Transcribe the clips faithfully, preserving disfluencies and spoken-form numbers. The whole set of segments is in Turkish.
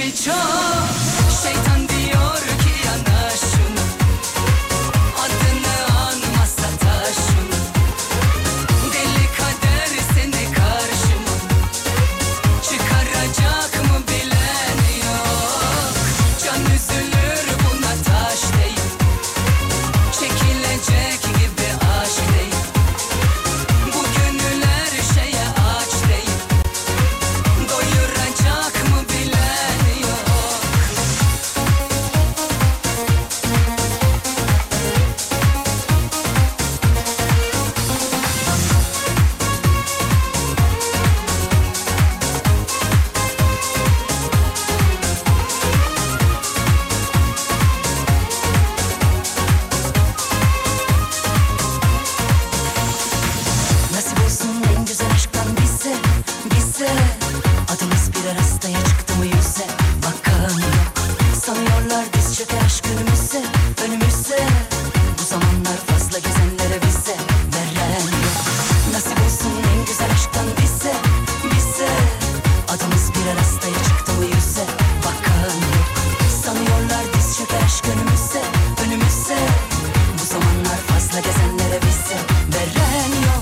Sebebi çok, şeytan diyor ki yana şunu, adını anmasa taşını, deli kader seni karşıma, çıkaracak mı bilen yok. Can üzülür buna taş değil, çekilecek gibi aşk değil. Bu gönüller şeye aç değil, doyuracak mı bilen yok. Nasip olsun en güzel aşktan bize, bize. Adımız birer hastaya çıktı mı yüze, bakan yok. Sanıyorlar diz çöker aşk önümüze, önümüze. Bu zamanlar fazla gezenlere bize veren yok. Nasip olsun en güzel aşktan bize, bize. Adımız birer hastaya çıktı mı yüze, bakan yok. Sanıyorlar diz çöker aşk önümüze, önümüze. Bu zamanlar fazla gezenlere bize veren yok.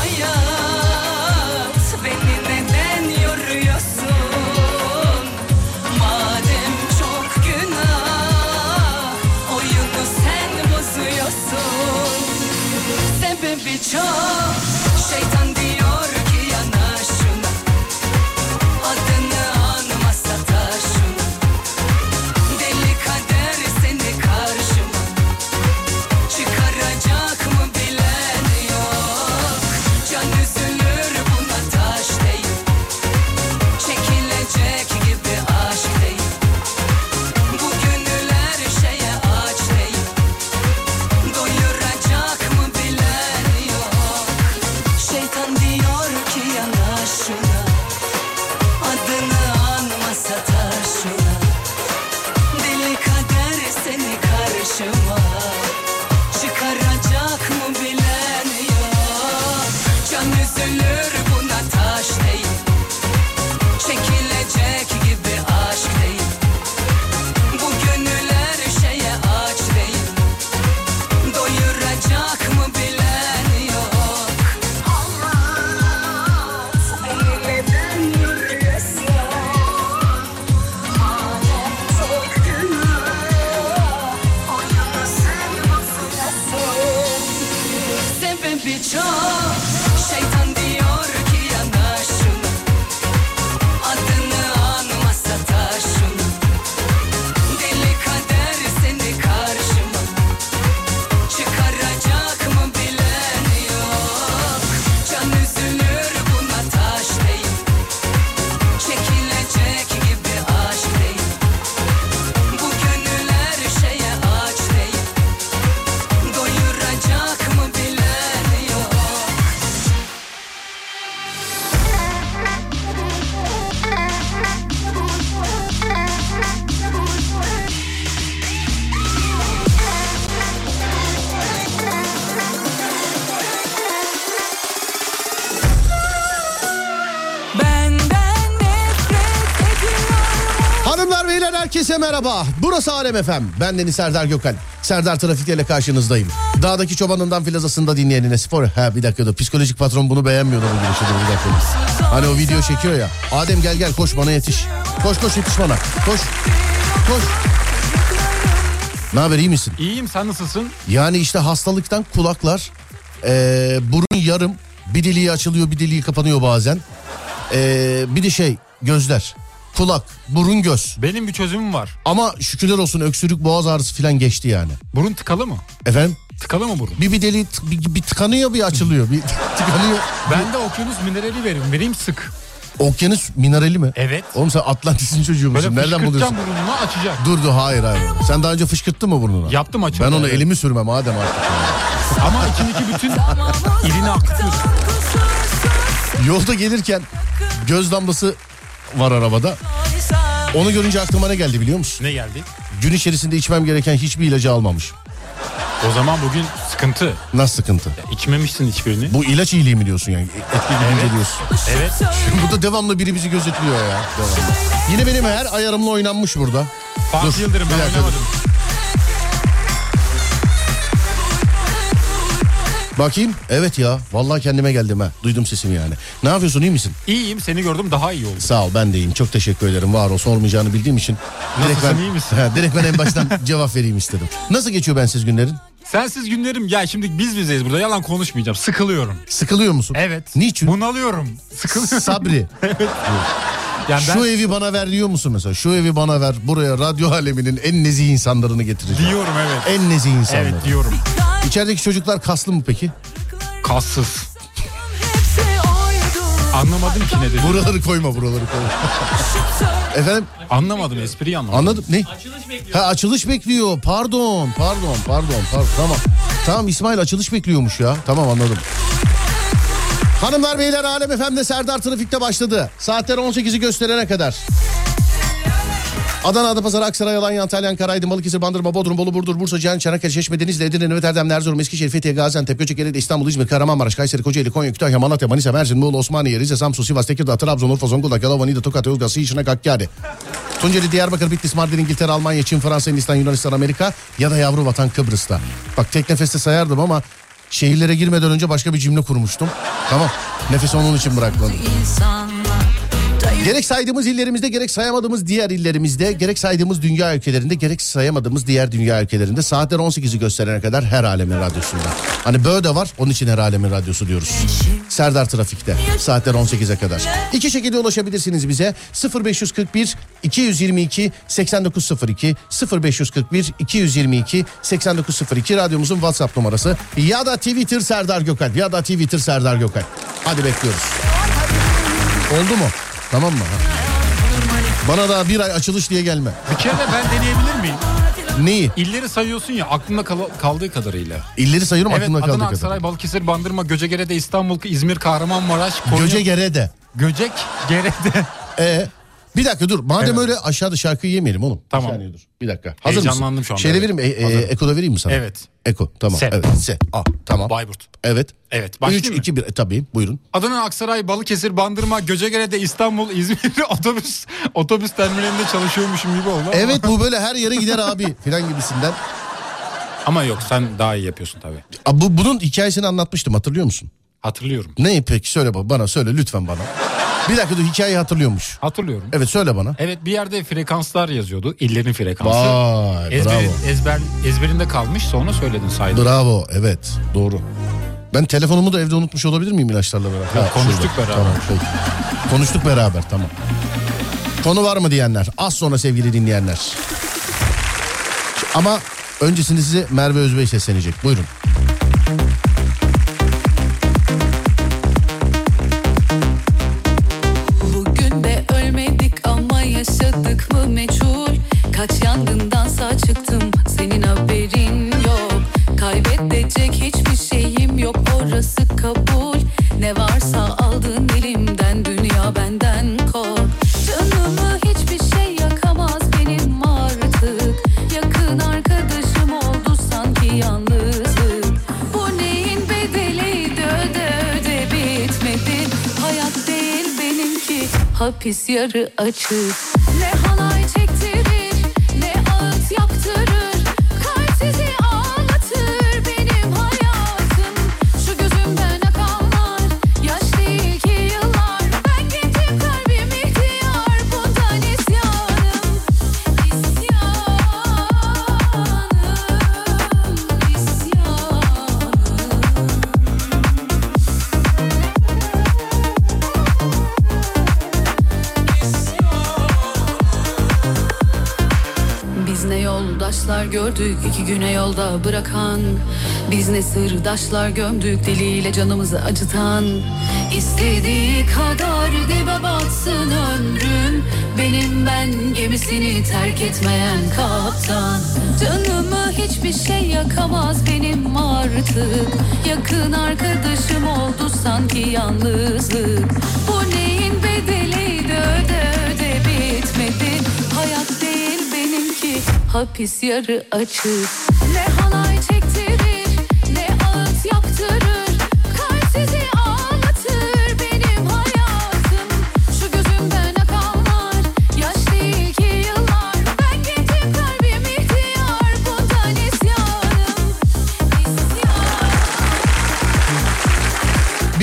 Hayat, beni neden yoruyorsun? Madem çok günah, oyunu sen bozuyorsun. Sebebi çok, şeytan diyor ki yana şuna, adını anmasa taşına, deli kader seni karşıma, çıkaracak mı bilen yok. Can üzülür buna taş değil, çekilecek gibi aşk değil. Bu gönüller şeye aç değil, doyuracak mı bilen yok. Şeytan diyor ki yana şuna, adını anmasa taşına, deli kader seni karşıma, çıkaracak mı bilen yok. Can üzülür buna taş değil, çekilecek gibi aşk değil. Bu gönüller şeye aç değil, doyuracak mı bilen yok. Hayat, beni neden yoruyorsun? Madem çok günah, oyunu sen bozuyorsun. Sebebi çok, şeytan diyor ki yana şunu, adını anmasa taşını, deli kader seni karşıma, çıkaracak mı bilen yok. Can üzülür buna taş değil, çekilecek gibi aşk değil. Bu gönüller şeye aç değil, doyuracak mı bilen yok. Benden nefret ediyorum. Hanımlar beyler herkese merhaba. Burası Alem F M. Ben Deniz Serdar Gökhan. Serdar Trafik'te ile karşınızdayım. Dağdaki çobanından filazasında dinleyenine spor. Ha bir dakika da psikolojik patron bunu beğenmiyordu bu girişi. Bir dakika. Hani o video çekiyor ya. Adem gel gel koş bana yetiş. Koş koş yetiş bana. Koş. Koş. Ne haber, iyi misin? İyiyim, sen nasılsın? Yani işte hastalıktan kulaklar, ee, burun yarım, bir deliği açılıyor bir deliği kapanıyor bazen. Ee, bir de şey gözler, kulak, burun, göz. Benim bir çözümüm var. Ama şükürler olsun öksürük, boğaz ağrısı falan geçti yani. Burun tıkalı mı? Efendim? Tıkalı mı burun? Bir bir deliği t- bir, bir tıkanıyor bir açılıyor. Bir tıkanıyor. Ben de okyanus minerali veririm. Vereyim sık. Okyanus minerali mi? Evet. Oğlum sen Atlantis'in çocuğu musun? Böyle Nereden buluyorsun? fışkırtacağım burnunu, açacak. Dur dur hayır hayır. Sen daha önce fışkırttın mı burnuna? Yaptım, açıldı. Ben onu evet. elimi sürmem Adem artık. Ama içindeki bütün irini akıtıyorsun. Yolda gelirken göz lambası var arabada. Onu görünce aklıma ne geldi biliyor musun? Ne geldi? Gün içerisinde içmem gereken hiçbir ilacı almamış. O zaman bugün sıkıntı. Nasıl sıkıntı? Ya, içmemişsin hiçbirini. Bu ilaç iyiliği mi diyorsun yani? Etkili Evet. evet. diyorsun. Evet. Burada devamlı biri bizi gözetliyor ya. Devamlı. Yine benim her ayarımla oynanmış burada. Fatih Yıldırım ben bir dakika, oynamadım. Bakayım. Evet ya. Vallahi kendime geldim ha. Duydum sesini yani. Ne yapıyorsun, iyi misin? İyiyim, seni gördüm daha iyi oldu. Sağ ol, ben de iyiyim. Çok teşekkür ederim. Var ol, sormayacağını bildiğim için. Direkt Nasılsın, ben, iyi misin? He, direkt ben en baştan cevap vereyim istedim. Nasıl geçiyor bensiz günlerin? Sensiz günlerim ya, şimdi biz bizeyiz burada, yalan konuşmayacağım, sıkılıyorum. Sıkılıyor musun? Evet. Niçin? Bunalıyorum. Sıkılıyorum. Sabri. Yani ben Şu evi bana ver diyor musun mesela? Şu evi bana ver. Buraya radyo aleminin en nezih insanlarını getireceğim. diyorum evet. En nezih insanları. Evet diyorum. İçerideki çocuklar kaslı mı peki? Kassız. Anlamadım ki ne dedi. Buraları koyma, buraları koyma. Efendim? Anlamadım, espriyi anlamadım. Anladım. Ne? Açılış bekliyor. Ha, açılış bekliyor. Pardon, pardon, pardon, pardon. Tamam. Tamam, İsmail açılış bekliyormuş ya. Tamam, anladım. Hanımlar beyler, Alem F M'de Serdar Trafik'te başladı. Saatler on sekizi gösterene kadar. Adana, Adapazarı, Aksaray, Alanya, Antalya, Ankara, Aydın, Balıkesir, Bandırma, Bodrum, Bolu, Burdur, Bursa, Cihan, Çanakkale, Çeşme, Denizli, Edirne, Nöbet, Erdem, Erzurum, Eskişehir, Fethiye, Gaziantep, Göcekere, İstanbul, İzmir, Kahramanmaraş, Kayseri, Kocaeli, Konya, Kütahya, Malatya, Manisa, Mersin, Muğla, Osmaniye, Rize, Samsun, Sivas, Tekirdağ, Trabzon, Urfa, Zonguldak, Yalova, Niğde, Tokat, Yozgat, Sığırçınak, Hakkari, Tunceli, Diyarbakır, Bitlis, Mardin, İngiltere, Almanya, Çin, Fransa, Hindistan, Yunanistan, Amerika ya da yavru vatan Kıbrıs'ta. Bak tek nefeste sayardım ama şehirlere girmeden önce başka bir cümle kurmuştum. Tamam, nefesi onun için bırakmadım. Gerek saydığımız illerimizde, gerek sayamadığımız diğer illerimizde, gerek saydığımız dünya ülkelerinde, gerek sayamadığımız diğer dünya ülkelerinde saatler on sekizi gösterene kadar her alemin radyosunda. Hani böyle de var, onun için her alemin radyosu diyoruz. Serdar Trafik'te saatler on sekize kadar. İki şekilde ulaşabilirsiniz bize. sıfır beş kırk bir iki yüz yirmi iki seksen dokuz sıfır iki sıfır beş kırk bir iki yüz yirmi iki seksen dokuz sıfır iki radyomuzun WhatsApp numarası ya da Twitter Serdar Gökalp ya da Twitter Serdar Gökalp. Hadi bekliyoruz. Oldu mu? Tamam mı? Bana daha bir ay açılış diye gelme. Bir kere de ben deneyebilir miyim? Neyi? İlleri sayıyorsun ya, aklımda kal- kaldığı kadarıyla. İlleri sayıyorum, Evet, aklımda kaldığı Adana, kadar. Aksaray, Balıkesir, Bandırma, Göcegere'de, İstanbul, İzmir, Kahramanmaraş, Konya. Göcegere'de. Göcekgere'de. Ee, bir dakika dur. Madem Evet. öyle aşağıda şarkıyı yemeyelim oğlum. Tamam. Bir saniye dur. Bir dakika. Hazır Heyecanlandım mısın? şu anda, Şeyle evet. vereyim mi? E, e, Hazırım. Eko'da vereyim mi sana? Evet. Eko, tamam. Se. Evet. Se. A, tamam. Bayburt. Evet. Evet, üç, başlayayım mı? iki, bir. Tabii, buyurun. Adana, Aksaray, Balıkesir, Bandırma, Göcegere'de, İstanbul, İzmir, otobüs otobüs terminalinde çalışıyormuşum gibi oldu. Ama. Evet, bu böyle her yere gider abi filan gibisinden. Ama yok, sen daha iyi yapıyorsun tabii. Aa, bu, bunun hikayesini anlatmıştım, hatırlıyor musun? Hatırlıyorum. Ne peki, söyle bana, bana söyle lütfen bana. Bir dakika dur, hikayeyi hatırlıyormuş. Hatırlıyorum. Evet, söyle bana. Evet, bir yerde frekanslar yazıyordu. İllerin frekansı. Vay, Ezber, bravo. ezber, ezberinde kalmış, sonra söyledin, saydın. Bravo, evet, doğru. Ben telefonumu da evde unutmuş olabilir miyim ilaçlarla beraber? Ha, konuştuk şurada. beraber. Tamam, peki. Konuştuk beraber, tamam. Konu var mı diyenler? Az sonra sevgili dinleyenler. Ama öncesinde size Merve Özbey seslenecek. Buyurun. Bugün de ölmedik ama yaşadık mı meçhul. Kaç yangından sağ çıktım, senin haberin yok. Kaybedecek hiçbir şeyim yok, orası kabul. Ne varsa aldın elimden, dünya benden kork. Canımı hiçbir şey yakamaz benim artık. Yakın arkadaşım oldu sanki yalnızlık. Bu neyin bedeliydi, öde öde bitmedi. Hayat değil benimki, hapis yarı açık. Ne halay çektirir, ne ağıt yaptırır. Kalp sizi ağlatır, benim hayatım. Şu gözümden akanlar, yaş değil ki yıllar. Ben gencim, kalbim ihtiyar, bundan isyanım. İsyanım, isyanım. Biz ne yoldaşlar gördük iki güne yolda bırakan. Biz ne sırdaşlar gömdük diliyle canımızı acıtan. İstediği kadar dibe batsın ömrüm, benim ben gemisini terk etmeyen kaptan. Canımı hiçbir şey yakamaz benim artık. Yakın arkadaşım oldu sanki yalnızlık. Bu neyin bedeliydi, öde öde bitmedi. Hayat değil benimki, hapis yarı açık. Ne halay çektirir,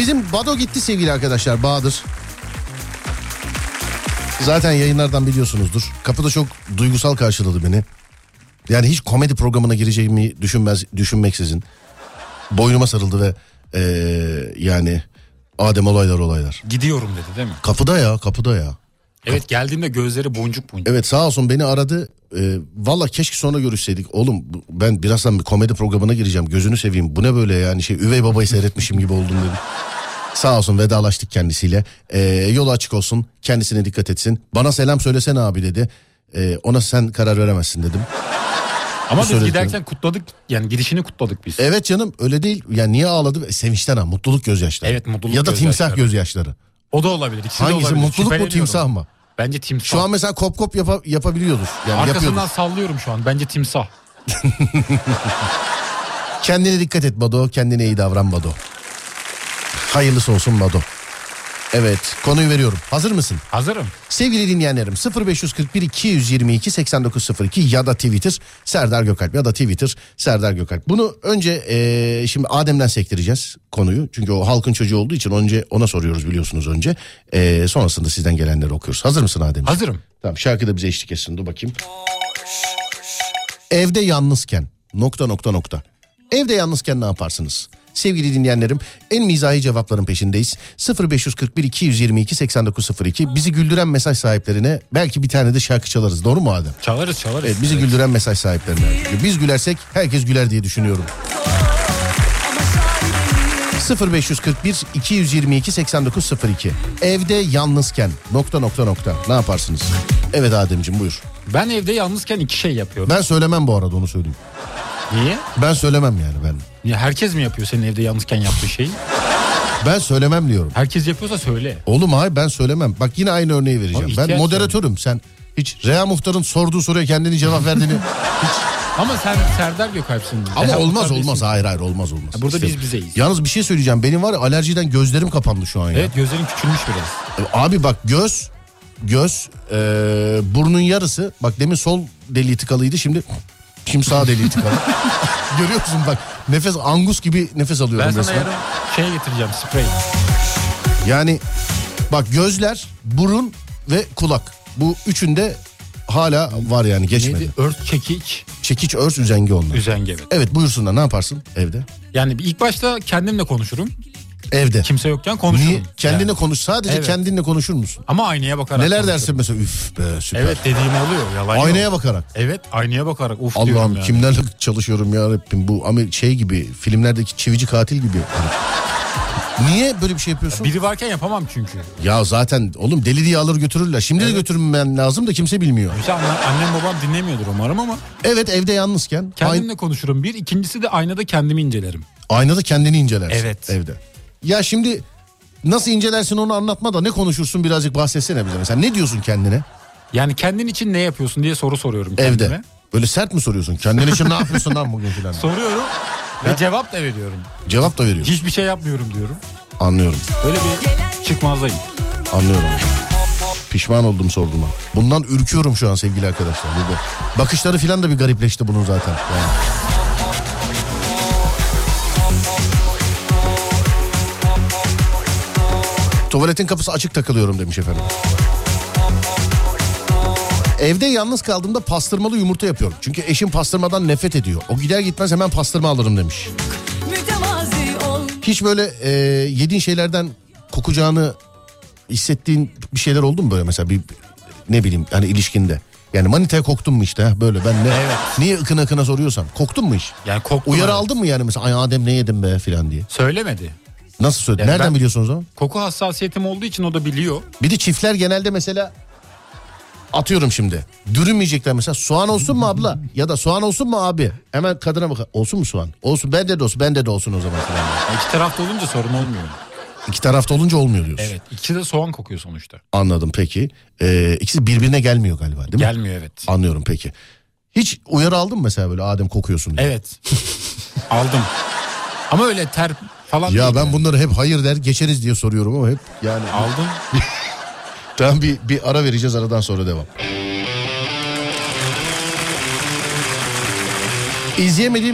Bizim Bado gitti sevgili arkadaşlar, Bahadır. Zaten yayınlardan biliyorsunuzdur. Kapıda çok duygusal karşıladı beni. Yani hiç komedi programına gireceğimi düşünmez, düşünmeksizin boynuma sarıldı ve ee, yani Adem olaylar olaylar. Gidiyorum dedi değil mi? Kapıda ya, kapıda ya. Evet, geldiğimde gözleri boncuk boncuk. Evet, sağ olsun beni aradı. Ee, Valla keşke sonra görüşseydik. Oğlum ben birazdan bir komedi programına gireceğim. Gözünü seveyim. Bu ne böyle yani, şey üvey babayı seyretmişim gibi oldum dedim. Sağ olsun vedalaştık kendisiyle. Ee, yolu açık olsun. Kendisine dikkat etsin. Bana selam söylesene abi dedi. Ee, ona sen karar veremezsin dedim. Ama biz söyledim. giderken kutladık, yani gidişini kutladık biz. Evet canım, öyle değil. Yani niye ağladı? Sevinçten ha, mutluluk gözyaşları. Evet, mutluluk ya da gözyaşları. timsah gözyaşları. O da olabilir. İkisi de Hangisi, olabilir. mutluluk mu Şüpheleniyorum. timsah mı? Bence timsah. Şu an mesela kop kop yapa, yapabiliyordur. Yani Arkasından yapıyordur. sallıyorum şu an. Bence timsah. Kendine dikkat et Bado. Kendine iyi davran Bado. Hayırlısı olsun Bado. Evet, konuyu veriyorum. Hazır mısın? Hazırım. Sevgili dinleyenlerim, sıfır beş kırk bir iki yüz yirmi iki seksen dokuz sıfır iki ya da Twitter Serdar Gökalp ya da Twitter Serdar Gökalp. Bunu önce ee, şimdi Adem'den sektireceğiz konuyu. Çünkü o halkın çocuğu olduğu için önce ona soruyoruz biliyorsunuz önce. E, sonrasında sizden gelenleri okuyoruz. Hazır mısın Adem? Hazırım. Tamam, şarkı da bize eşlik etsin. Dur bakayım. Evde yalnızken nokta nokta nokta. Evde yalnızken ne yaparsınız? Sevgili dinleyenlerim, en mizahi cevapların peşindeyiz. sıfır beş kırk bir iki yüz yirmi iki seksen dokuz sıfır iki. Bizi güldüren mesaj sahiplerine belki bir tane de şarkı çalarız. Doğru mu Adem? Çalarız çalarız. Evet, bizi güldüren mesaj sahiplerine. Biz gülersek herkes güler diye düşünüyorum. sıfır beş kırk bir iki yüz yirmi iki seksen dokuz sıfır iki. Evde yalnızken nokta nokta nokta ne yaparsınız? Evet Ademciğim, buyur. Ben evde yalnızken iki şey yapıyorum. Ben söylemem bu arada, onu söyleyeyim. Niye? Ben söylemem yani ben. Niye? Herkes mi yapıyor senin evde yalnızken yaptığı şeyi? Ben söylemem diyorum. Herkes yapıyorsa söyle. Oğlum hayır, ben söylemem. Bak yine aynı örneği vereceğim. Abi, Ben ihtiyaç moderatörüm. Sen hiç Rea Muhtar'ın sorduğu soruya kendini cevap verdiğini hiç... Ama sen Serdar Gökalp'sin. Ama Reha olmaz Muhtar olmaz. değilsin. Hayır hayır olmaz olmaz. Burada İşte, biz bizeyiz. Yalnız bir şey söyleyeceğim. Benim var ya, alerjiden gözlerim kapandı şu an ya. Evet, gözlerin küçülmüş biraz. Abi bak, göz göz e, burnun yarısı. Bak demin sol deliği tıkalıydı, şimdi şimdi sağ deliği tıkalı. Görüyorsun bak, nefes angus gibi nefes alıyorum Ben sana resmen. yarın şey getireceğim, sprey. Yani bak, gözler, burun ve kulak. Bu üçünde hala var yani, geçmedi. Neydi? Ört, çekiç, Çekiç, örs, üzengi onlar. üzengi, evet. Evet, buyursunlar, ne yaparsın evde? Yani bir ilk başta kendimle konuşurum. Evde. Kimse yokken konuşurum. Niye? Kendine Yani. konuş, sadece Evet. kendinle konuşur musun? Ama aynaya bakarak Neler konuşurum. dersin mesela, üf be süper. Evet, dediğim oluyor. Yalan yok. Aynaya bakarak. Evet, aynaya bakarak uf diyorum Allah'ım yani. kimlerle çalışıyorum ya Rabbim, bu ama şey gibi, filmlerdeki çivici katil gibi. Niye böyle bir şey yapıyorsun? Biri varken yapamam çünkü. Ya zaten oğlum, deli diye alır götürürler. Şimdi Evet. de götürmen lazım da kimse bilmiyor. Mesela anne- annem babam dinlemiyordur umarım ama Evet, evde yalnızken kendimle konuşurum bir. İkincisi de aynada kendimi incelerim. aynada kendini incelersin. Evet. Evde. Ya şimdi nasıl incelersin onu anlatma da, ne konuşursun birazcık bahsetsene bize. Mesela ne diyorsun kendine? Yani kendin için ne yapıyorsun diye soru soruyorum Evde. kendime. Böyle sert mi soruyorsun? Kendin için ne yapıyorsun lan bugün filan? Soruyorum ve cevap da veriyorum. Cevap da veriyorsun. Hiçbir şey yapmıyorum diyorum. Anlıyorum. Böyle bir çıkmazdayım. Anlıyorum. Pişman oldum sorduğuma. Bundan ürküyorum şu an sevgili arkadaşlar. Burada. Bakışları filan da bir garipleşti bunun zaten. Yani. Tuvaletin kapısı açık takılıyorum demiş efendim. Evde yalnız kaldığımda pastırmalı yumurta yapıyorum. Çünkü eşim pastırmadan nefret ediyor. O gider gitmez hemen pastırma alırım demiş. Hiç böyle e, yediğin şeylerden kokacağını hissettiğin bir şeyler oldu mu böyle mesela, bir ne bileyim hani ilişkinde? Yani manitaya koktun mu işte, ha böyle ben ne Evet. niye ıkına ıkına soruyorsam, koktun mu hiç? Yani koktu. Uyarı mu? aldın mı yani mesela, ay Adem ne yedin be filan diye? Söylemedi. Nasıl söyledin? Yani Nereden ben- biliyorsun o zaman? Koku hassasiyetim olduğu için o da biliyor. Bir de çiftler genelde mesela, atıyorum şimdi, dürünmeyecekler mesela, soğan olsun mu abla ya da soğan olsun mu abi? Hemen kadına bak, olsun mu soğan? Olsun, bende de olsun, bende de olsun o zaman filan. Yani iki tarafta olunca sorun olmuyor. İki tarafta olunca olmuyor diyorsun. Evet, ikisi de soğan kokuyor sonuçta. Anladım peki. Ee, ikisi birbirine gelmiyor galiba değil mi? Gelmiyor, evet. Anlıyorum peki. Hiç uyarı aldın mı mesela böyle, Adem kokuyorsun diye? Evet. Aldım. Ama öyle ter falan Ya değil ben yani. bunları hep hayır der geçeriz diye soruyorum ama hep yani. Aldım. Tamam, bir, bir ara vereceğiz, aradan sonra devam. İzleyemediğim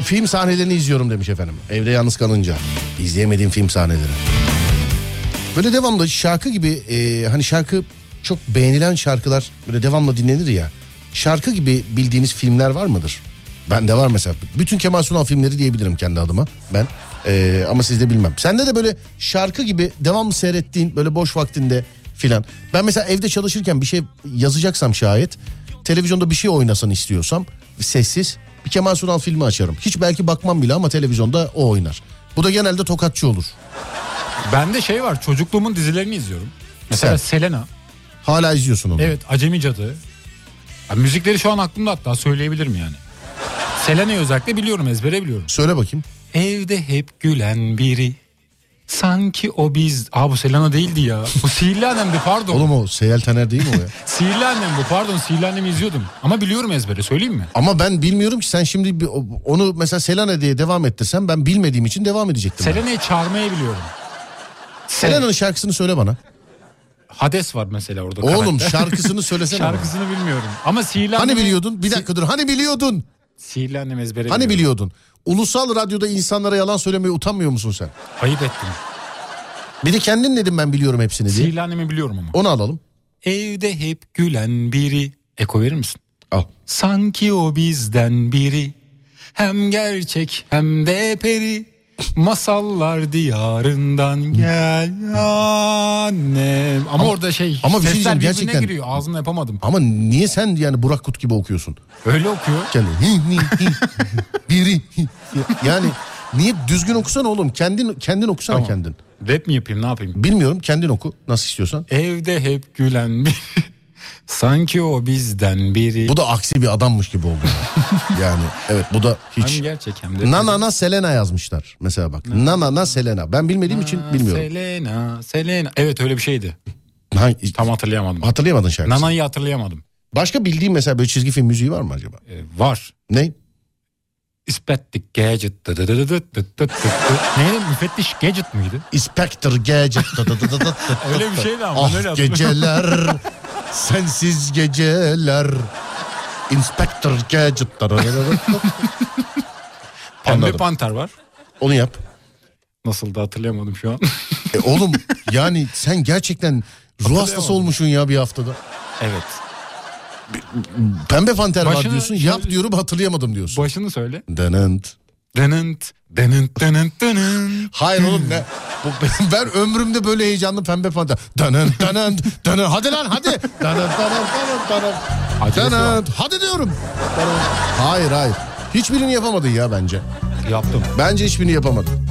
Film sahnelerini izliyorum demiş efendim. Evde yalnız kalınca. İzleyemediğim film sahneleri. Böyle devamlı şarkı gibi e, hani şarkı çok beğenilen şarkılar böyle devamlı dinlenir ya. Şarkı gibi bildiğiniz filmler var mıdır? Bende var mesela. Bütün Kemal Sunal filmleri diyebilirim kendi adıma ben. E, ama sizde bilmem. Sende de böyle şarkı gibi devamlı seyrettiğin böyle boş vaktinde filan. Ben mesela evde çalışırken bir şey yazacaksam şayet televizyonda bir şey oynasın istiyorsam sessiz bir Kemal Sunal filmi açarım. Hiç belki bakmam bile ama televizyonda o oynar. Bu da genelde tokatçı olur. Bende şey var, çocukluğumun dizilerini izliyorum. Mesela Sen? Selena. Hala izliyorsun onu. Evet, Acemi Cadı. Ya, müzikleri şu an aklımda, hatta söyleyebilirim yani. Selena'yı özellikle biliyorum, ezbere biliyorum. Söyle bakayım. Evde hep gülen biri. Sanki o biz... Aa, bu Selena değildi ya. Bu Sihirli Annem'di, pardon. Oğlum o Seyel Taner değil mi o ya? Sihirli Annem bu, pardon. Sihirli Annem'i izliyordum. Ama biliyorum ezbere, söyleyeyim mi? Ama ben bilmiyorum ki sen şimdi bir- onu mesela Selena diye devam ettirsen ben bilmediğim için devam edecektim. ben. Selena'yı çağırmayı biliyorum. Selena'nın şarkısını söyle bana. Hades var mesela orada. Oğlum karakter. şarkısını söylesene bana. Şarkısını bilmiyorum. Ama Sihirli Hani Annem'i... biliyordun? Bir dakika dur. Hani biliyordun? Sihirli Annem ezbere Hani biliyorum. biliyordun? Ulusal radyoda insanlara yalan söylemeye utanmıyor musun sen? Ayıp ettim. Bir de kendin dedim ben biliyorum hepsini diye. Sihirli Annem'i biliyorum ama. Onu alalım. Evde hep gülen biri. Eko verir misin? Al. Sanki o bizden biri. Hem gerçek hem de peri. Masallar diyarından gel annem. Ama, Ama- orada şey ama bir şey sesler diyeceğim, birbirine gerçekten- giriyor. Ağzımla yapamadım. Ama niye sen yani Burak Kut gibi okuyorsun? Öyle okuyor. Kendi hi, hi, hi, biri hi. Yani niye düzgün okusana oğlum? Kendin kendin okusana Tamam. kendin. Rap mi yapayım, ne yapayım? Bilmiyorum, kendin oku nasıl istiyorsan. Evde hep gülen biri. Sanki o bizden biri. Bu da aksi bir adammış gibi oldu. Yani evet bu da hiç. Hem gerçek hem de... Nanana Selena yazmışlar mesela bak. Nanana Selena. Ben bilmediğim için bilmiyorum. Selena, Selena. Evet, öyle bir şeydi. Hangi, Tam hatırlayamadım. hatırlayamadın şarkısını. Nana'yı hatırlayamadım. Başka bildiğin mesela böyle çizgi film müziği var mı acaba? Ee, var. Ne? İspettik Gadget. Dı dı dı dı dı dı dı dı. Neydi? Müfettiş Gadget mıydı? Inspector Gadget. Öyle bir şeydi ama. ben öyle Ah hatırlıyorum. geceler, sensiz geceler. Inspector Gadget. Pembe Anladım. Panter var. Onu yap. Nasıl da hatırlayamadım şu an. E oğlum yani sen gerçekten ruh hastası olmuşsun ya bir haftada. Evet. Pembe Panter var Başını diyorsun. şöyle- Yap diyorum hatırlayamadım diyorsun. Başını söyle. Dınınt. Dınınt. Dınınt dınınt dınınt. Hayır oğlum ne? Bu, ben ömrümde böyle heyecanlı Pembe Panter. Dınınt dınınt dınınt. Hadi lan hadi. Dınınt dınınt dınınt dınınt. Acelesi var. Dınınt. Hadi diyorum. Hayır hayır. Hiçbirini yapamadın ya bence. Yaptım. Bence hiçbirini yapamadın.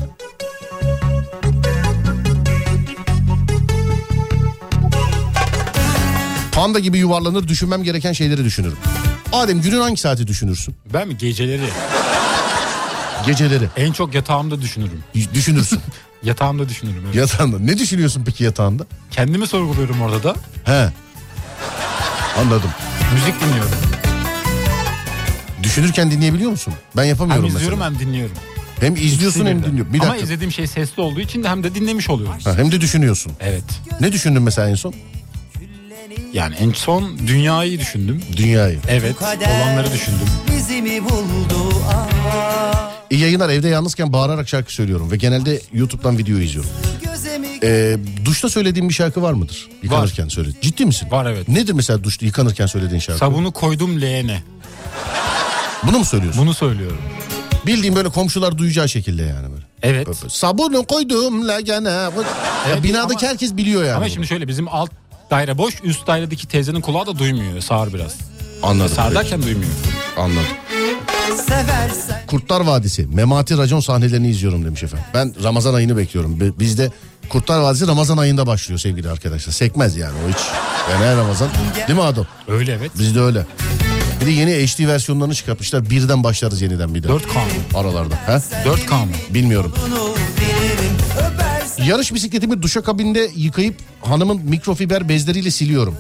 Panda gibi yuvarlanır, düşünmem gereken şeyleri düşünürüm. Adem günün hangi saati düşünürsün? Ben mi? Geceleri. Geceleri. En çok yatağımda düşünürüm. Y- Düşünürsün. Yatağımda düşünürüm. Evet. Yatağında. Ne düşünüyorsun peki yatağında? Kendimi sorguluyorum orada da. He. Anladım. Müzik dinliyorum. Düşünürken dinleyebiliyor musun? Ben Hem yapamıyorum izliyorum mesela. hem dinliyorum. Hem izliyorsun İkisi hem birden. dinliyorsun. Bir Ama dakika. izlediğim şey sesli olduğu için de hem de dinlemiş oluyoruz. Ha, hem de düşünüyorsun. Evet. Ne düşündün mesela en son? Yani en son dünyayı düşündüm. Dünyayı. Evet. Olanları düşündüm. Bizi mi buldu ah, İyi yayınlar, evde yalnızken bağırarak şarkı söylüyorum ve genelde YouTube'dan video izliyorum. göze mi Ee, duşta söylediğin bir şarkı var mıdır? Yıkanırken söyle. Ciddi misin? Var, evet. Nedir mesela duşta yıkanırken söylediğin şarkı? Sabunu koydum leğene. Bunu mu söylüyorsun? Bunu söylüyorum. Bildiğin böyle komşular duyacağı şekilde yani böyle. Evet. Böyle, sabunu koydum la gene. Ya Evet, binadaki ama- herkes biliyor yani. Ama bunu. şimdi şöyle, bizim alt daire boş, üst dairedeki teyzenin kulağı da duymuyor. Sağır biraz. Anladım. Sağır peki. derken duymuyor. Anladım. seversen Kurtlar Vadisi, Memati Racon sahnelerini izliyorum demiş efendim. Ben Ramazan ayını bekliyorum. Bi- Bizde Kurtlar Vadisi Ramazan ayında başlıyor sevgili arkadaşlar. Sekmez yani o hiç. Yani her Ramazan. Değil mi Ado? Öyle, evet. Bizde öyle. Bir de yeni H D versiyonlarını çıkartmışlar. Birden başlarız yeniden bir de. dört K mı? Aralarda. He? dört K mı? Bilmiyorum. bunu bilirim öpersen Yarış bisikletimi duşakabinde yıkayıp hanımın mikrofiber bezleriyle siliyorum.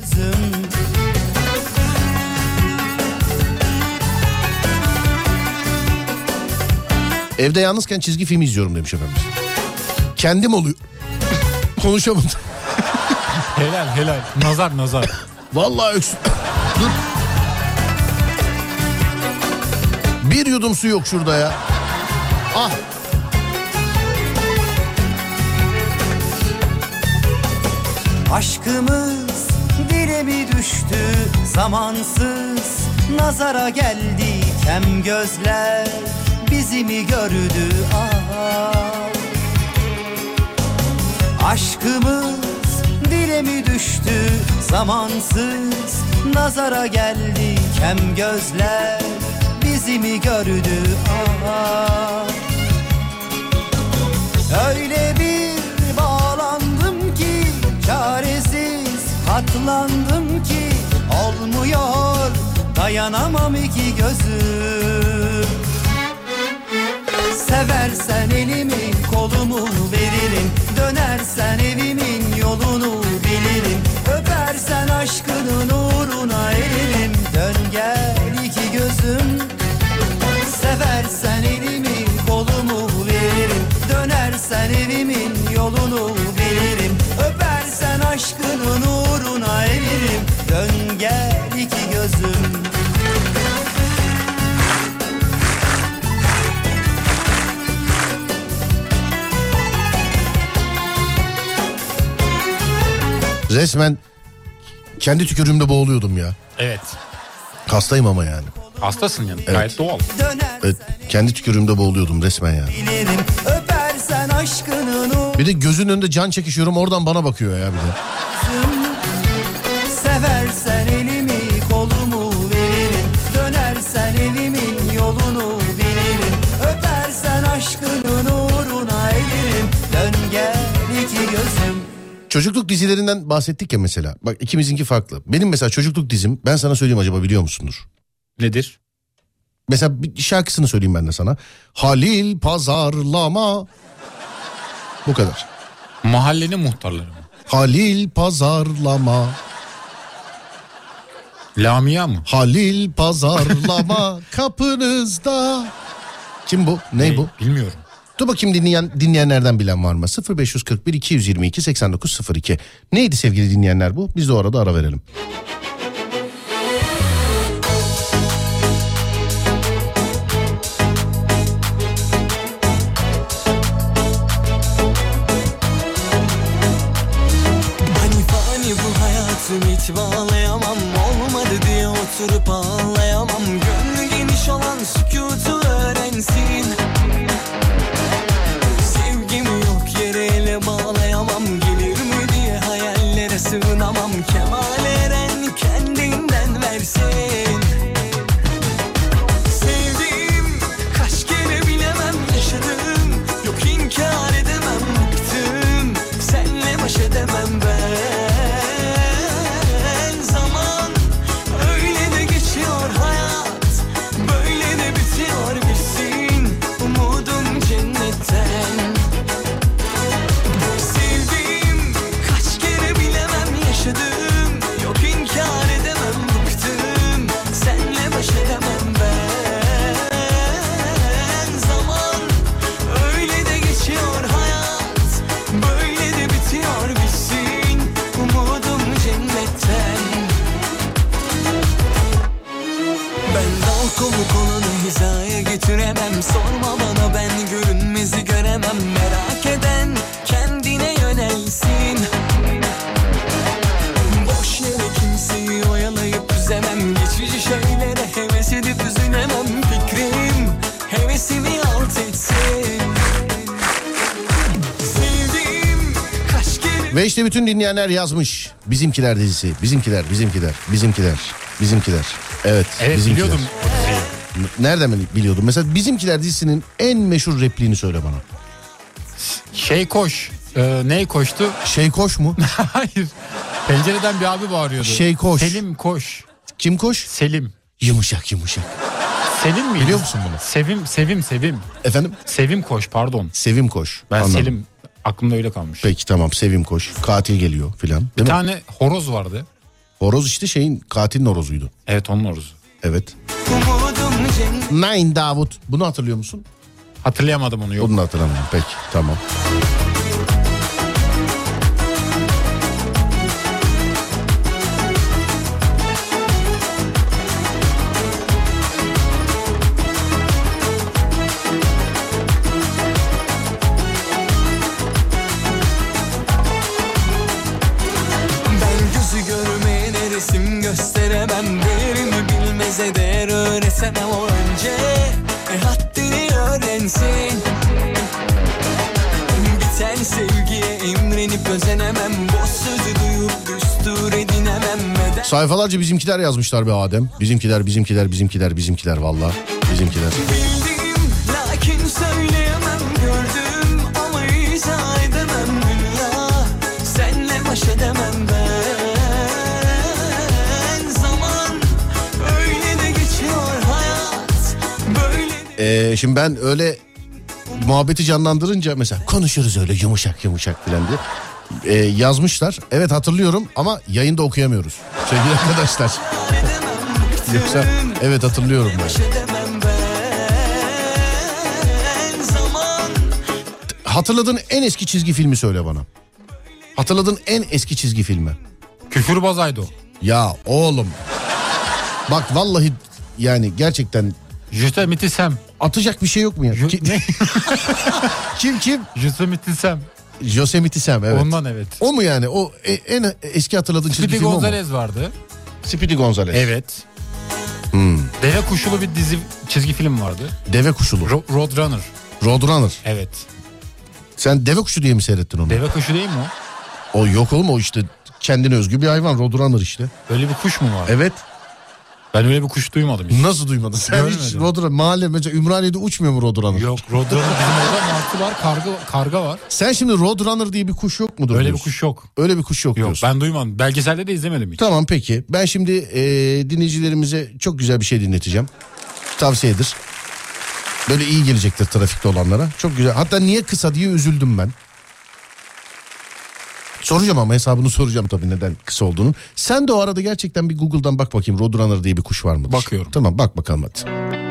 Evde yalnızken çizgi film izliyorum demiş efendim. Kendim oluyor. Konuşamadım. Helal helal. Nazar nazar. Vallahi öksür. Dur. Bir yudum su yok şurada ya. Ah. Aşkımız dile mi düştü zamansız, nazara geldi kem gözler bizi mi gördü ah. Aşkımız dile mi düştü zamansız, nazara geldi kem gözler bizi mi gördü ah. Öyle bir bağlandım ki çaresiz katlandım ki, olmuyor dayanamam iki gözüm. Seversen elimi kolumu veririm, dönersen evimin yolunu bilirim. Öpersen aşkının uğruna eririm, dön gel iki gözüm. Seversen elimi kolumu veririm, dönersen evimin yolunu bilirim. Öpersen aşkının uğruna eririm, dön gel iki gözüm. Resmen kendi tükürüğümde boğuluyordum ya. Evet. Hastayım ama yani. Hastasın yani. Evet. Gayet doğal. Evet, kendi tükürüğümde boğuluyordum resmen yani. Öpersen aşkının Bir de gözünün önünde can çekişiyorum, oradan bana bakıyor ya bir de. Seversen elimi kolumu veririm, dönersen evimin yolunu bilirim. Öpersen aşkının uğruna eririm, dön gel iki gözüm. Çocukluk dizilerinden bahsettik ya mesela. Bak ikimizinki farklı. Benim mesela çocukluk dizim, ben sana söyleyeyim, acaba biliyor musundur? Nedir? Mesela bir şarkısını söyleyeyim ben de sana. Halil pazarlama. Bu kadar. Mahallenin muhtarları mı? Halil pazarlama. Lamia mı? Halil pazarlama kapınızda. Kim bu? Ne, Ne, bu? Bilmiyorum. Dur bakayım, dinleyen dinleyenlerden bilen var mı? sıfır beş yüz kırk bir iki yüz yirmi iki seksen dokuz sıfır iki. Neydi sevgili dinleyenler bu? Biz de o arada ara verelim. Hani fani bu hayatım, hiç bağlayamam. Olmadı diye oturup ağlayamam. Gönlü geniş olan sükutu öğrensin. Sevgimi yok yere ele bağlayamam. Gelir mi diye hayallere sığınamam. Kemal Eren kendinden versin. Sevdim kaç kere bilemem, yaşadım. Yok inkar edemem, bıktım. Senle baş edemem ben. Zaman öyle de geçiyor hayat, böyle de bitiyor bilsin. Umudum cennetten. Sevdim kaç kere bilemem, yaşadım. Yok inkar edemem, bıktım. Senle baş edemem ben. Zaman öyle de geçiyor hayat, böyle de bitiyor bilsin. Umudum cennetten. Ben dal kovuk olanı hizaya getiremem. Sorma bana, ben görünmezi göremem. Merak eden kendine yönelsin. Boş yere kimseyi oyalayıp üzemem. Geçici şeylere heves edip üzülemem. Fikrim hevesimi alt etsin. Sevdim kaç kere. Ve işte bütün dinleyenler yazmış. Bizimkiler dizisi. Bizimkiler, bizimkiler, bizimkiler, bizimkiler. Evet, Evet, bizimkiler. biliyordum o diziyi. N- Nereden biliyordum? Mesela Bizimkiler dizisinin en meşhur repliğini söyle bana. Şey koş. Ee, ney koştu? Şey koş mu? Hayır. Pencereden bir abi bağırıyordu. Şey koş. Selim koş. Kim koş? Selim. Yumuşak yumuşak. Selim miydi? Biliyor musun bunu? Sevim, Sevim, Sevim. Efendim? Sevim koş, pardon. Sevim koş. Ben Anladım. Selim. Aklımda öyle kalmış. Peki tamam, Sevim koş. Katil geliyor filan. Bir Değil mi? tane horoz vardı. Horoz işte şeyin, katilin horozuydu. Evet, onun horozu. Evet. Umudum cennet. Nine Davut. Bunu hatırlıyor musun? Hatırlayamadım onu, yok. Bunu da hatırlamıyorum. Peki tamam. sevsene o önce, e haddini öğrensin. Biten sevgiye imrenip özenemem, boş sözü duyup düstur edinemem. Eden... Sayfalarca bizimkiler yazmışlar be Adem. Bizimkiler, bizimkiler, bizimkiler, bizimkiler vallahi. Bizimkiler. Bildim lakin söyleyemem, gördüm ama izah edemem. Dünya senle baş edemem ben. Zaman öyle de geçiyor, hayat böyle de... Ee, şimdi ben öyle muhabbeti canlandırınca mesela konuşuruz öyle yumuşak yumuşak filan diye. Ee, yazmışlar. Evet hatırlıyorum ama yayında okuyamıyoruz. Sevgili arkadaşlar. Yoksa evet hatırlıyorum ben. Hatırladığın en eski çizgi filmi söyle bana. Hatırladığın en eski çizgi filmi. Küfürbaz Aydo. Ya oğlum. Bak vallahi yani gerçekten. Yosemite Sam. Atacak bir şey yok mu ya? Jo- Ki- ne? kim kim? Yosemite Sam. Yosemite Sam evet. Ondan evet. O mu yani? O e- en eski hatırladığın çizgi Speedy film o mu? Gonzales vardı. Speedy Gonzales. Evet. Hmm. Deve Kuşulu bir dizi çizgi film vardı. Deve kuşulu. Ro- Roadrunner. Roadrunner. Evet. Sen deve kuşu diye mi seyrettin onu? Deve kuşu değil mi o? O yok oğlum, o işte kendine özgü bir hayvan, Roadrunner işte. Öyle bir kuş mu var? Evet. Ben öyle bir kuş duymadım hiç. Nasıl duymadın? Sen Görmedim. hiç Roadrunner, mahalle mesela Ümraniye'de uçmuyor mu Roadrunner? Yok, Roadrunner bizim orada martı var, karga, karga var. Sen şimdi Roadrunner diye bir kuş yok mudur? Öyle bir diyorsun? kuş yok. Öyle bir kuş yok, Yok diyorsun. ben duymadım. Belgeselde de izlemedim hiç. Tamam peki. Ben şimdi e, dinleyicilerimize çok güzel bir şey dinleteceğim. Tavsiyedir. Böyle iyi gelecektir trafikte olanlara. Çok güzel. Hatta niye kısa diye üzüldüm ben. Soracağım ama hesabını soracağım tabii neden kısa olduğunu. Sen de o arada gerçekten bir Google'dan bak bakayım Roadrunner diye bir kuş var mıdır? Bakıyorum. Tamam bak bakalım hadi.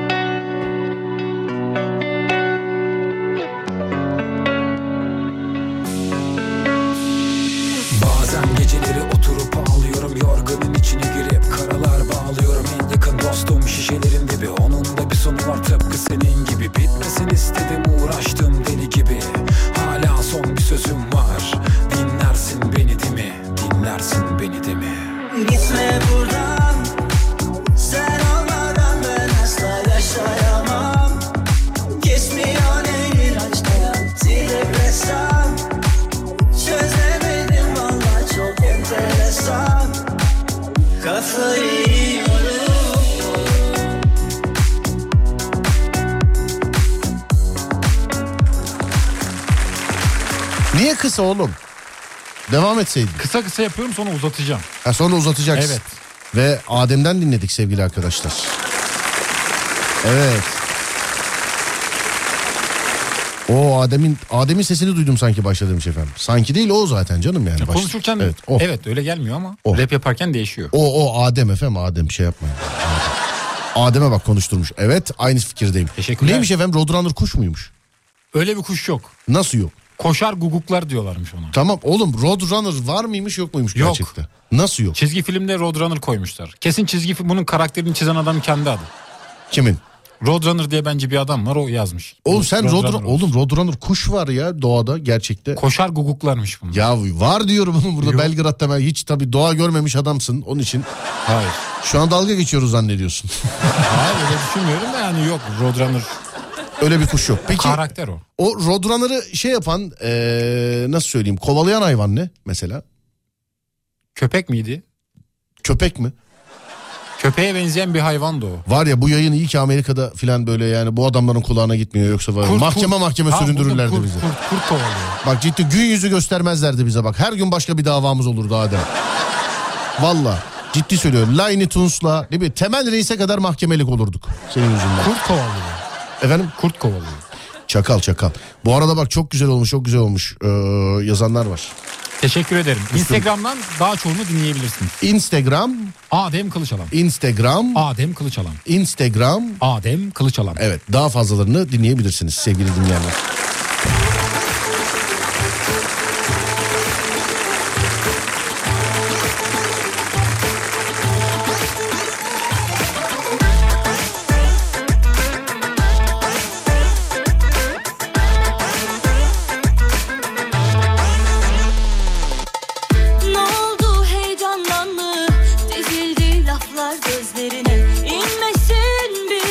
Bazen geceleri oturup ağlıyorum, yorganın içine girip karalar bağlıyorum. En yakın dostum şişelerin dibi, onun da bir sonu var tıpkı senin gibi. Bitmesin istedim, uğraştım deli gibi. Hala son bir sözüm var. Dinlersin beni değil mi? Dinlersin beni değil mi? Gitme buradan, sen olmadan ben asla yaşayamam. Kesmiyor ne ilaçta antidepresan. Çözemedim valla çok enteresan. Kafayı yiyorum. Niye kısa oğlum? Devam etseydin. Kısa kısa yapıyorum, sonra uzatacağım. Ha, sonra uzatacaksın. Evet. Ve Adem'den dinledik sevgili arkadaşlar. Evet. O Adem'in Adem'in sesini duydum sanki başladığım şey efendim. Sanki değil, o zaten canım yani. Baş... Konuşurken evet, evet, o. öyle gelmiyor ama O. rap yaparken değişiyor. O o Adem efendim, Adem şey yapmayın. Adem. Adem'e bak konuşturmuş. Evet, aynı fikirdeyim. Teşekkürler. Neymiş efendim, Roadrunner kuş muymuş? Öyle bir kuş yok. Nasıl yok? Koşar guguklar diyorlarmış ona. Tamam oğlum, Roadrunner var mıymış yok muymuş Yok. gerçekten? Nasıl yok? Çizgi filmde Roadrunner koymuşlar. Kesin çizgi film, bunun karakterini çizen adam kendi adı. Kimin? Roadrunner diye bence bir adam var, o yazmış. Oğlum sen Roadrunner, Roadrunner oğlum Roadrunner kuş var ya doğada gerçekte. Koşar guguklarmış bunlar. Ya var diyorum ama burada Yok. Belgrad'da ben hiç tabii doğa görmemiş adamsın. Onun için Hayır. şu an dalga geçiyoruz zannediyorsun. Hayır öyle düşünmüyorum da yani yok, Roadrunner Öyle bir kuş yok. Peki karakter o. o Roadrunner'ı şey yapan ee, nasıl söyleyeyim, kovalayan hayvan ne mesela? Köpek miydi? Köpek mi? Köpeğe benzeyen bir hayvandı o. Var ya bu yayın iyi ki Amerika'da filan böyle yani bu adamların kulağına gitmiyor, yoksa var. Kurt, mahkeme kurt. mahkeme Ha, süründürürlerdi kurt, bizi. Kurt, kurt kovalıyor. Bak ciddi gün yüzü göstermezlerdi bize bak. Her gün başka bir davamız olurdu Adem. Valla ciddi söylüyorum. Looney Tunes'la değil mi? Temel Reis'e kadar mahkemelik olurduk senin yüzünden. Kurt kovalıyor. Efendim? Kurt kovalıyor. Çakal çakal. Bu arada bak çok güzel olmuş, çok güzel olmuş ee, yazanlar var. Teşekkür ederim. Instagram'dan daha çoğunu dinleyebilirsiniz. Instagram, Adem Kılıçalan. Instagram, Adem Kılıçalan. Instagram. Adem Kılıçalan. Evet, daha fazlalarını dinleyebilirsiniz sevgili dinleyenler. Ne oldu, heyecanlandı, dizildi laflar gözlerine. İnmesin bir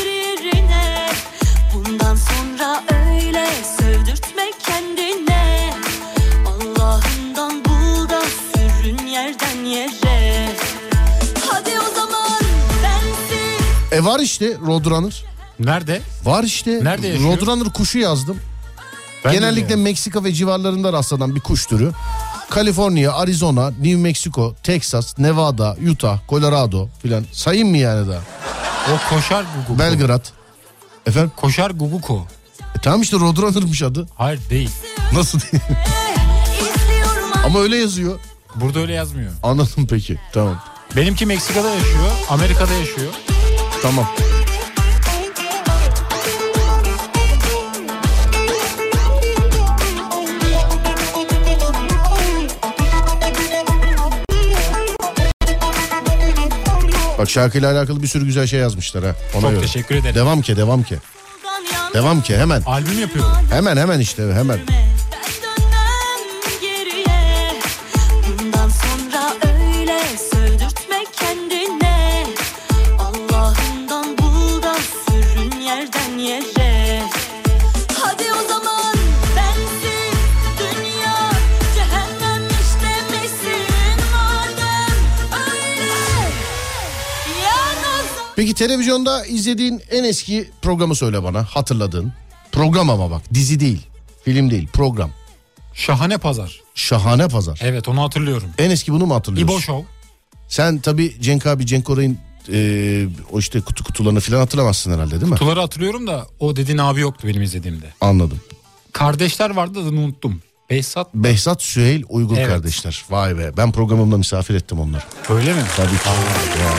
E var işte Roadrunner. Nerede? Var işte. Nerede yaşıyor? Roadrunner kuşu yazdım. Ben Genellikle Meksika ve civarlarında rastlanan bir kuş türü. Kaliforniya, Arizona, New Mexico, Texas, Nevada, Utah, Colorado filan. Sayayım mı yani daha? O koşar guguko. Belgrad. Efendim? Koşar guguko. E tamam işte Roadrunner'mış adı. Hayır değil. Nasıl değil? Ama öyle yazıyor. Burada öyle yazmıyor. Anladım peki. Tamam. Benimki Meksika'da yaşıyor, Amerika'da yaşıyor. Tamam. Bak şarkıyla alakalı bir sürü güzel şey yazmışlar ha. Ona Çok göre. teşekkür ederim. Devam ki, devam ki. Devam ki hemen. Albüm yapıyorum. Hemen hemen işte hemen. Bundan sonra öyle söldürtme kendine. Allah'ından bul da sürün yerden yere. Hadi o zaman bensiz dünya cehennem işlemesin madem öyle. Yalnız Peki televizyonda izlediğin en eski programı söyle bana, hatırladığın. Program ama bak, dizi değil, film değil, program. Şahane Pazar. Şahane Pazar. Evet, onu hatırlıyorum. En eski bunu mu hatırlıyorsun? İbo Show. Sen tabii Cenk abi, Cenk Koray'ın e, o işte kutu kutularını falan hatırlamazsın herhalde değil mi? Kutuları hatırlıyorum da o dediğin abi yoktu benim izlediğimde. Anladım. Kardeşler vardı, adını unuttum. Behzat. Behzat Süheyl Uygur Evet. kardeşler. Vay be, ben programımda misafir ettim onları. Öyle mi? Tabii ki. Ya.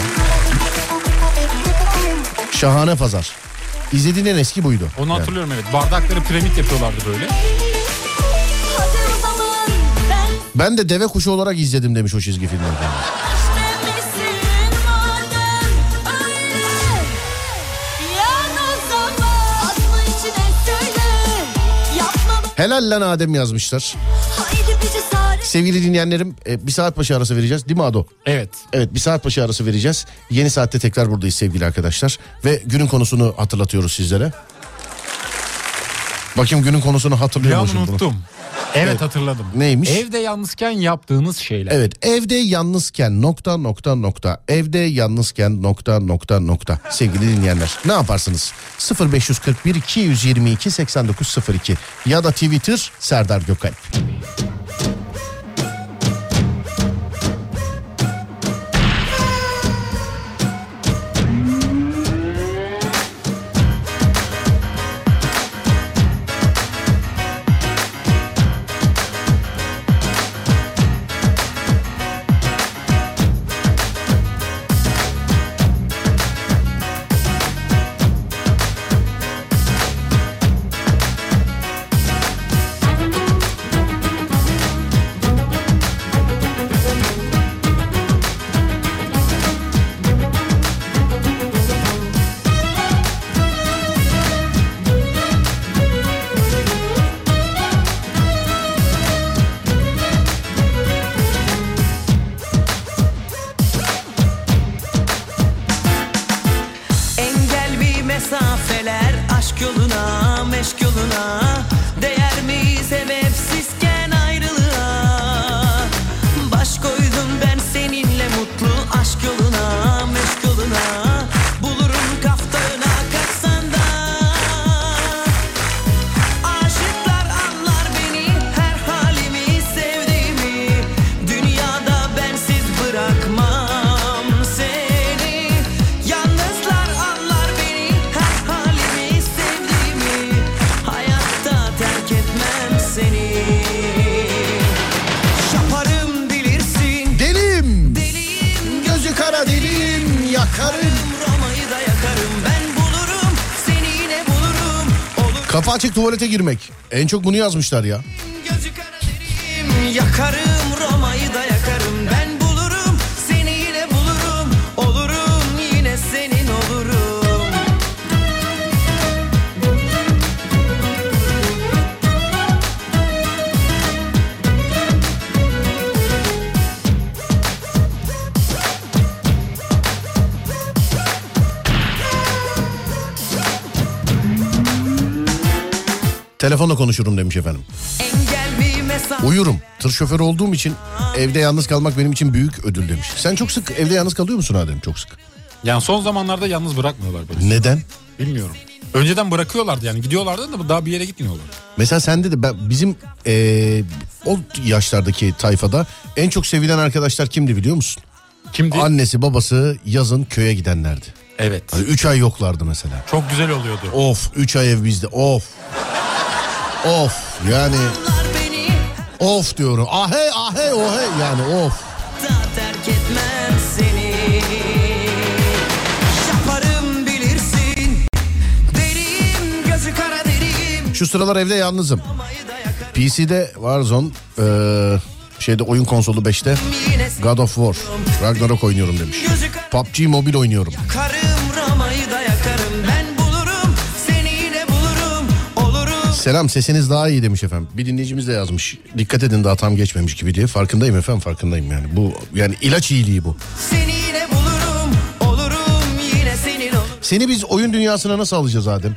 Şahane Pazar. İzlediğin en eski buydu. Onu Yani. hatırlıyorum, evet. Bardakları piramit yapıyorlardı böyle. hadi o zaman ben Ben de deve kuşu olarak izledim demiş o çizgi filmi. işlemesin madem öyle. Yalnız zaman atma içine söyle. Yapma Helal lan Adem yazmışlar. haydi bir cesaret. Sevgili dinleyenlerim, e, bir saat başı arası vereceğiz değil mi Ado? Evet. Evet, bir saat başı arası vereceğiz. Yeni saatte tekrar buradayız sevgili arkadaşlar. Ve günün konusunu hatırlatıyoruz sizlere. Bakayım günün konusunu hatırlıyor Bir an musun bunu? unuttum. Evet, Evet. hatırladım. Neymiş? Evde yalnızken yaptığınız şeyler. Evet, evde yalnızken nokta nokta nokta evde yalnızken nokta nokta nokta sevgili dinleyenler ne yaparsınız? sıfır beş kırk bir iki yüz yirmi iki seksen dokuz sıfır iki ya da Twitter Serdar Gökalp. Engel bir mesafeler aşk yoluna, meşk yoluna. Değer mi sebepsizken ayrılığa? Baş koydum ben seninle mutlu aşk yoluna, meşk yoluna. Bulurum kaftağına kaçsan da. Aşıklar anlar beni, her halimi sevdiğimi. Dünyada bensiz bırakmam seni. Yalnızlar anlar beni, her halimi sevdiğimi. Hayatta terk etmem seni. Yaparım bilirsin, Delim, deliyim, gözü kara delim, yakarım. Roma'yı da yakarım. Ben bulurum, seni yine bulurum. Olur Kafa açık tuvalete girmek. En çok bunu yazmışlar ya. gözü kara derim, yakarım Roma'yı da yakarım. Ben bulurum, seni yine bulurum. Olurum, yine senin olurum. Telefonla konuşurum demiş efendim. Engel bir mesafe. Uyurum. Tır şoförü olduğum için evde yalnız kalmak benim için büyük ödül demiş. Sen çok sık evde yalnız kalıyor musun Adem? Çok sık. Yani son zamanlarda yalnız bırakmıyorlar beni. Neden? Bilmiyorum. Önceden bırakıyorlardı yani gidiyorlardı da daha bir yere gitmiyorlar. Mesela sende de ben, bizim ee, o yaşlardaki tayfada en çok sevilen arkadaşlar kimdi biliyor musun? Kimdi? Annesi babası yazın köye gidenlerdi. Evet. Hani üç ay yoklardı mesela. Çok güzel oluyordu. Of üç ay ev bizde of. Of yani. Of diyorum. Ahey ahey ohey yani of. Terk etmem seni. Yaparım bilirsin. Derim gözü kara derim. Şu sıralar evde yalnızım. P C'de Warzone, ee, şeyde oyun konsolu beşte God of War, Ragnarok oynuyorum demiş. P U B G Mobile oynuyorum. Yakarım Rama'yı da yakarım. Ben bulurum seni yine bulurum. Olurum. Selam, sesiniz daha iyi demiş efendim. Bir dinleyicimiz de yazmış. Dikkat edin daha tam geçmemiş gibi diye. Farkındayım efendim, farkındayım yani. Bu yani ilaç iyiliği bu. Seni yine bulurum. Olurum yine senin olurum. Seni biz oyun dünyasına nasıl alacağız Adem?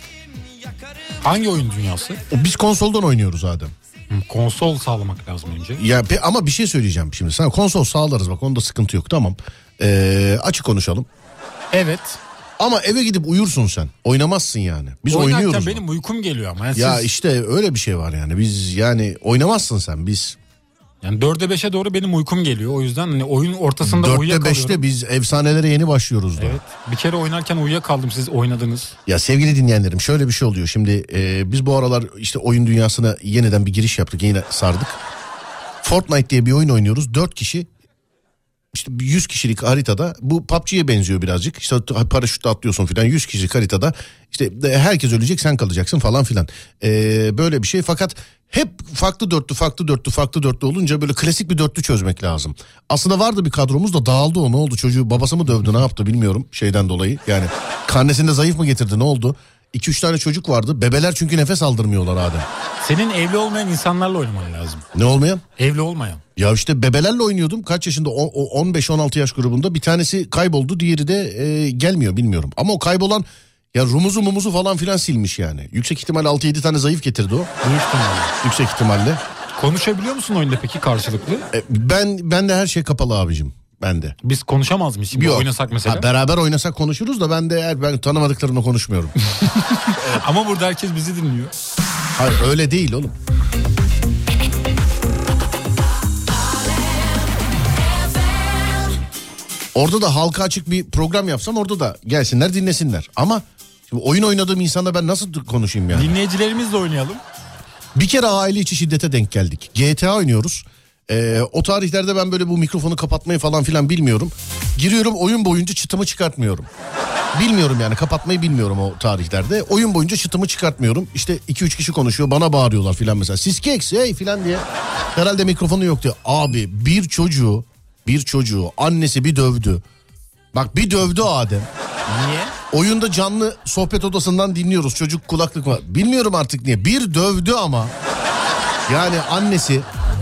Hangi oyun dünyası? Biz konsoldan oynuyoruz Adem. Hı, konsol sağlamak lazım önce. Ya pe- ama bir şey söyleyeceğim şimdi. Sana konsol sağlarız bak, onda sıkıntı yok, tamam. Ee, açık konuşalım. Evet. Ama eve gidip uyursun sen. Oynamazsın yani. Biz Oynarken oynuyoruz. benim uykum geliyor ama. Yani Ya siz, işte öyle bir şey var yani. Biz yani oynamazsın sen, biz. Yani dörde beşe doğru benim uykum geliyor. O yüzden hani oyun ortasında Dörtte uyuyakalıyorum. beşte biz efsanelere yeni başlıyoruz da. Evet. Bir kere oynarken uyuyakaldım, siz oynadınız. Ya sevgili dinleyenlerim, şöyle bir şey oluyor. Şimdi e, biz bu aralar işte oyun dünyasına yeniden bir giriş yaptık. Yine sardık. Fortnite diye bir oyun oynuyoruz. Dört kişi. İşte yüz kişilik haritada, bu P U B G'ye benziyor birazcık. İşte paraşütle atlıyorsun filan, yüz kişilik haritada. İşte herkes ölecek, sen kalacaksın falan filan. Ee, böyle bir şey, fakat hep farklı dörtlü farklı dörtlü farklı dörtlü olunca böyle klasik bir dörtlü çözmek lazım. Aslında vardı bir kadromuz da dağıldı o, ne oldu? Çocuğu babası mı dövdü, ne yaptı bilmiyorum şeyden dolayı. Yani karnesinde zayıf mı getirdi, ne oldu? iki üç tane çocuk vardı. Bebeler çünkü nefes aldırmıyorlar Adem. Senin evli olmayan insanlarla oynaman lazım. Ne olmayan? Evli olmayan. Ya işte bebelerle oynuyordum. Kaç yaşında? on beş on altı yaş grubunda. Bir tanesi kayboldu, diğeri de e, gelmiyor, bilmiyorum. Ama o kaybolan ya rumuzu mumuzu falan filan silmiş yani. Yüksek ihtimal altı yedi tane zayıf getirdi o. Büyük ihtimalle. Yüksek ihtimalle. Konuşabiliyor musun oyunda peki karşılıklı? E, ben ben de her şey kapalı abicim. Ben de. Biz konuşamaz mıyız şimdi Yok. oynasak mesela? Ha, beraber oynasak konuşuruz da ben de eğer ben tanımadıklarımla konuşmuyorum. Ama burada herkes bizi dinliyor. Hayır öyle değil oğlum. Orada da halka açık bir program yapsam, orada da gelsinler dinlesinler. Ama şimdi oyun oynadığım insanla ben nasıl konuşayım yani? Dinleyicilerimizle oynayalım. Bir kere aile içi şiddete denk geldik. G T A oynuyoruz. Ee, o tarihlerde ben böyle bu mikrofonu kapatmayı falan filan bilmiyorum. Giriyorum, oyun boyunca çıtımı çıkartmıyorum. Bilmiyorum yani, kapatmayı bilmiyorum o tarihlerde. Oyun boyunca çıtımı çıkartmıyorum. İşte iki üç kişi konuşuyor, bana bağırıyorlar filan mesela. Siz keks hey filan diye. Herhalde mikrofonu yok diyor. Abi bir çocuğu, bir çocuğu annesi bir dövdü. Bak bir dövdü Adem. Niye? Oyunda canlı sohbet odasından dinliyoruz. Çocuk kulaklık var. Bilmiyorum artık niye. Bir dövdü ama. Yani annesi.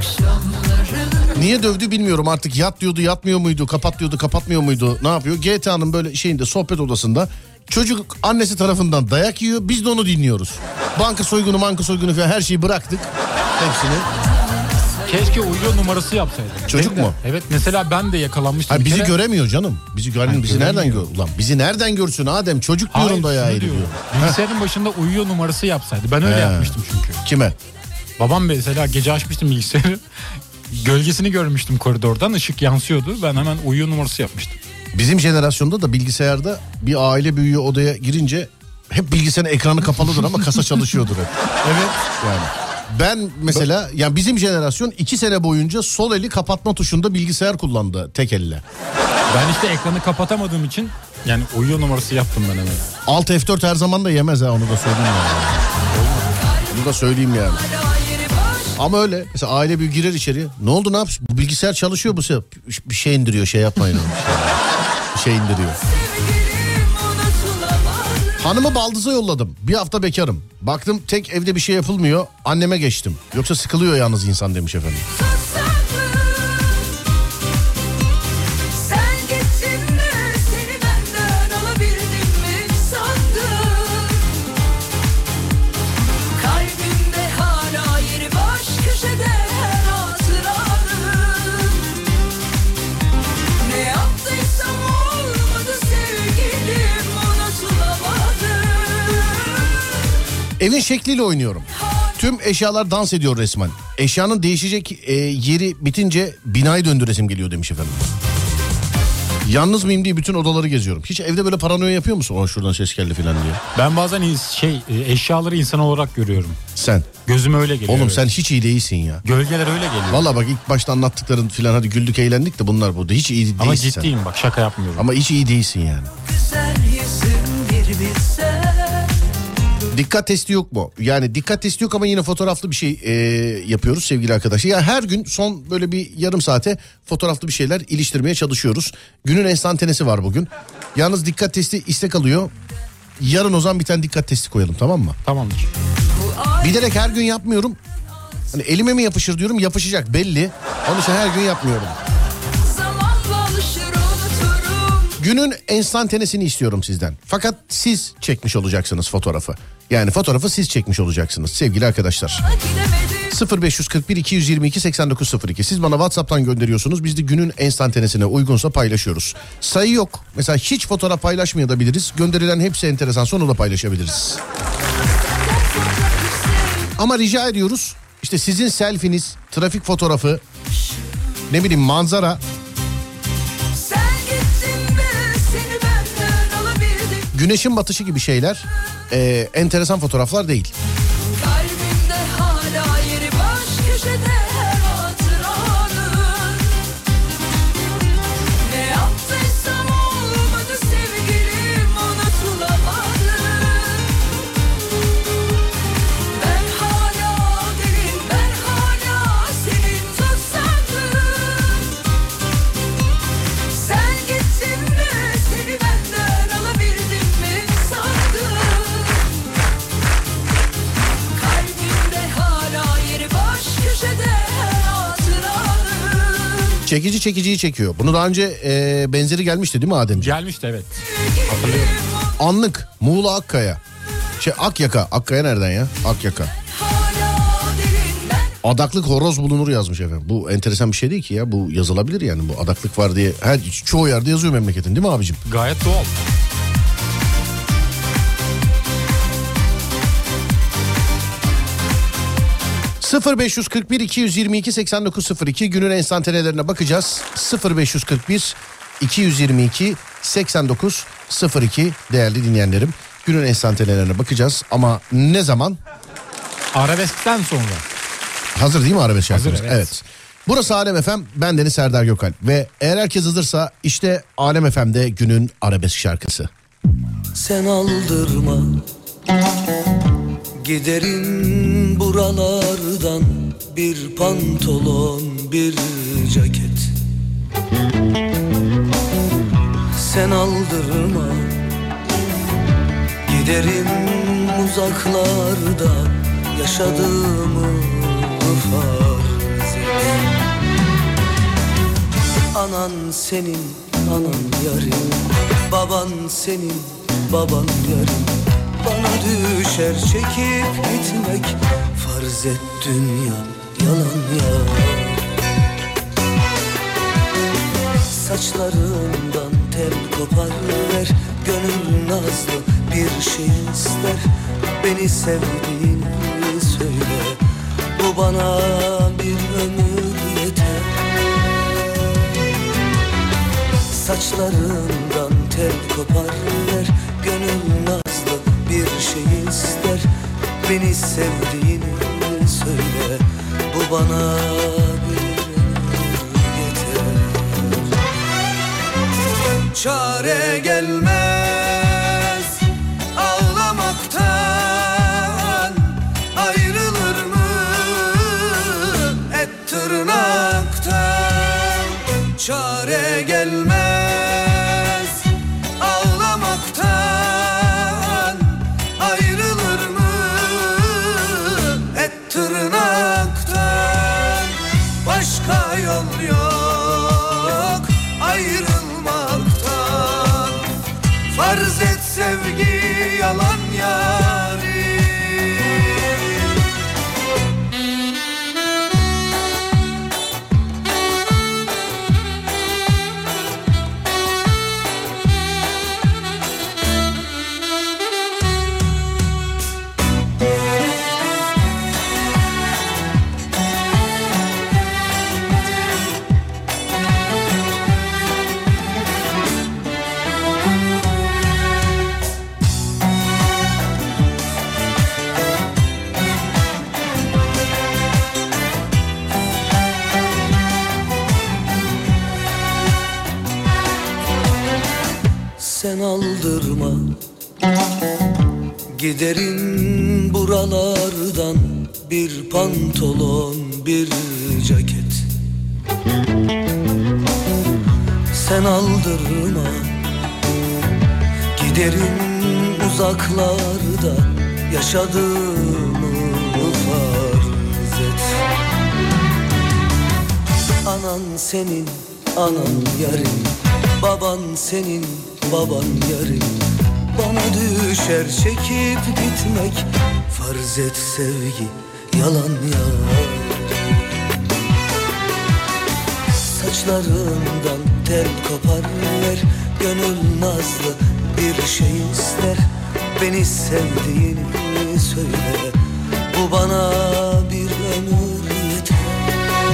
Niye dövdü bilmiyorum artık. Yat diyordu, yatmıyor muydu? Kapat diyordu, kapatmıyor muydu? Ne yapıyor? G T A'nın böyle şeyinde, sohbet odasında çocuk annesi tarafından dayak yiyor. Biz de onu dinliyoruz. Banka soygunu, banka soygunu falan her şeyi bıraktık. Hepsini. Keşke uyuyor numarası yapsaydım. Çocuk Benim de- mu? Evet, mesela ben de yakalanmıştım. Hayır, bir bizi kere. göremiyor canım. Bizi gör, Ha, bizi nereden gör? göremiyor. Ulan bizi nereden görsün Adem? Çocuk Hayır, diyorum dayağı şunu yedi diyor. diyorum. Bilgisayarın başında uyuyor numarası yapsaydı. Ben öyle He. yapmıştım çünkü. Kime? Babam mesela gece açmıştım bilgisayarı. Gölgesini görmüştüm koridordan, ışık yansıyordu. Ben hemen uyuyor numarası yapmıştım. Bizim jenerasyonda da bilgisayarda bir aile büyüğü odaya girince hep bilgisayarın ekranı kapalıdır ama kasa çalışıyordur hep. Evet. Yani ben mesela yani bizim jenerasyon iki sene boyunca sol eli kapatma tuşunda bilgisayar kullandı tek elle. Ben işte ekranı kapatamadığım için yani uyuyor numarası yaptım ben hemen. Alt F dört her zaman da yemez ha, onu da söyleyeyim yani. Onu da söyleyeyim yani. Ama öyle mesela aile büyüğü girer içeri. Ne oldu, ne yapıyorsun? Bu bilgisayar çalışıyor bu sefer. Bir şey indiriyor, şey yapmayın onu. Bir şey indiriyor. Hanımı baldıza yolladım. Bir hafta bekarım. Baktım tek evde bir şey yapılmıyor. Anneme geçtim. Yoksa sıkılıyor yalnız insan demiş efendim. Sen gittin mi, seni benden alabildim mi sandın? Kalbimde hala yeri baş köşede her hatıranın. Ne yaptıysam olmadı senin Evin şekliyle oynuyorum. Tüm eşyalar dans ediyor resmen. Eşyanın değişecek e, yeri bitince binayı döndüresim geliyor demiş efendim. Yalnız mıyım diye bütün odaları geziyorum. Hiç evde böyle paranoya yapıyor musun? O şuradan ses geldi falan diye. Ben bazen şey eşyaları insan olarak görüyorum. Sen? Gözüme öyle geliyor. Oğlum öyle. Sen hiç iyi değilsin ya. Gölgeler öyle geliyor. Valla bak ilk başta anlattıkların falan hadi güldük eğlendik de bunlar burada. Hiç iyi değilsin Ama sen. ciddiyim bak, şaka yapmıyorum. Ama hiç iyi değilsin yani. Güzel yüzün bir bilsen. Dikkat testi yok mu? Yani dikkat testi yok ama yine fotoğraflı bir şey e, yapıyoruz sevgili arkadaşlar. Ya her gün son böyle bir yarım saate fotoğraflı bir şeyler iliştirmeye çalışıyoruz. Günün enstantanesi var bugün. Yalnız dikkat testi istek alıyor. Yarın o zaman bir tane dikkat testi koyalım, tamam mı? Tamamdır. Bilerek her gün yapmıyorum. Hani elime mi yapışır diyorum, yapışacak belli. Onun için her gün yapmıyorum. Günün enstantanesini istiyorum sizden. Fakat siz çekmiş olacaksınız fotoğrafı. Yani fotoğrafı siz çekmiş olacaksınız sevgili arkadaşlar. sıfır beş kırk bir iki yüz yirmi iki seksen dokuz sıfır iki. Siz bana WhatsApp'tan gönderiyorsunuz. Biz de günün enstantanesine uygunsa paylaşıyoruz. Sayı yok. Mesela hiç fotoğraf paylaşmayabiliriz. Gönderilen hepsi enteresan. Sonra da paylaşabiliriz. Ama rica ediyoruz. İşte sizin selfiniz, trafik fotoğrafı, ne bileyim manzara, güneşin batışı gibi şeyler e, enteresan fotoğraflar değil. Kalbimde hala yeri baş köşede her hatıranın. Ne yaptıysam olmadı sevgilim, unutulamadı. Ben hala derin, ben hala senin tutsadım. Sen gittin mi, seni benden alabildim mi sandım. Kalbimde hala yeri baş köşede her hatıranın. Çekici çekiciyi çekiyor. Bunu daha önce e, benzeri gelmişti değil mi Ademciğim? Gelmişti, evet. Hatırlıyorum. Anlık Muğla Akkaya. Şey Akyaka. Akkaya nereden ya? Akyaka. Hala derin ben. Adaklık horoz bulunur yazmış efendim. Bu enteresan bir şey değil ki ya. Bu yazılabilir yani. Bu adaklık var diye. Her çoğu yerde yazıyor memleketin değil mi abicim? Gayet doğal. sıfır beş kırk bir iki yüz yirmi iki seksen dokuz sıfır iki günün enstantanelerine bakacağız. sıfır beş kırk bir iki yüz yirmi iki seksen dokuz sıfır iki değerli dinleyenlerim. Günün enstantanelerine bakacağız ama ne zaman? Arabeskten sonra. Hazır değil mi arabesk şarkımız? Hazır, evet. Burası Alem F M, ben Deniz Serdar Gökal ve eğer herkes hazırsa işte Alem F M'de günün arabesk şarkısı. Sen aldırma, giderim buralardan, bir pantolon bir ceket. Sen aldırma, giderim uzaklarda, yaşadığımı farz et. Anan senin, anan yarın, baban senin, baban yarın. Bana düşer çekip gitmek, farz et dünya yalan ya. Saçlarından tel kopar ver, gönül nazlı bir şey ister. Beni sevdiğini söyle, bu bana bir ömür yeter. Saçlarından tel kopar ver, gönül nazlı bir şey ister. Beni sevdiğini söyle, bu bana bir ömür yeter. Çare gelmez ağlamaktan, ayrılır mı et tırnaktan. Çare gelmez ağlamaktan, ayrılır mı et tırnaktan. Başka yol yok ayrılmaktan, farz et sevgi yalan yarim. Giderin buralardan bir pantolon, bir ceket. Sen aldırma. Giderin uzaklarda yaşadığımı farz et. Anan senin, anan yarın. Baban senin, baban yarın. Bana düşer çekip gitmek. Farz et sevgi yalan yar. Saçlarından tel kopar ver. Gönül nazlı bir şey ister. Beni sevdiğini söyle. Bu bana bir ömür yeter.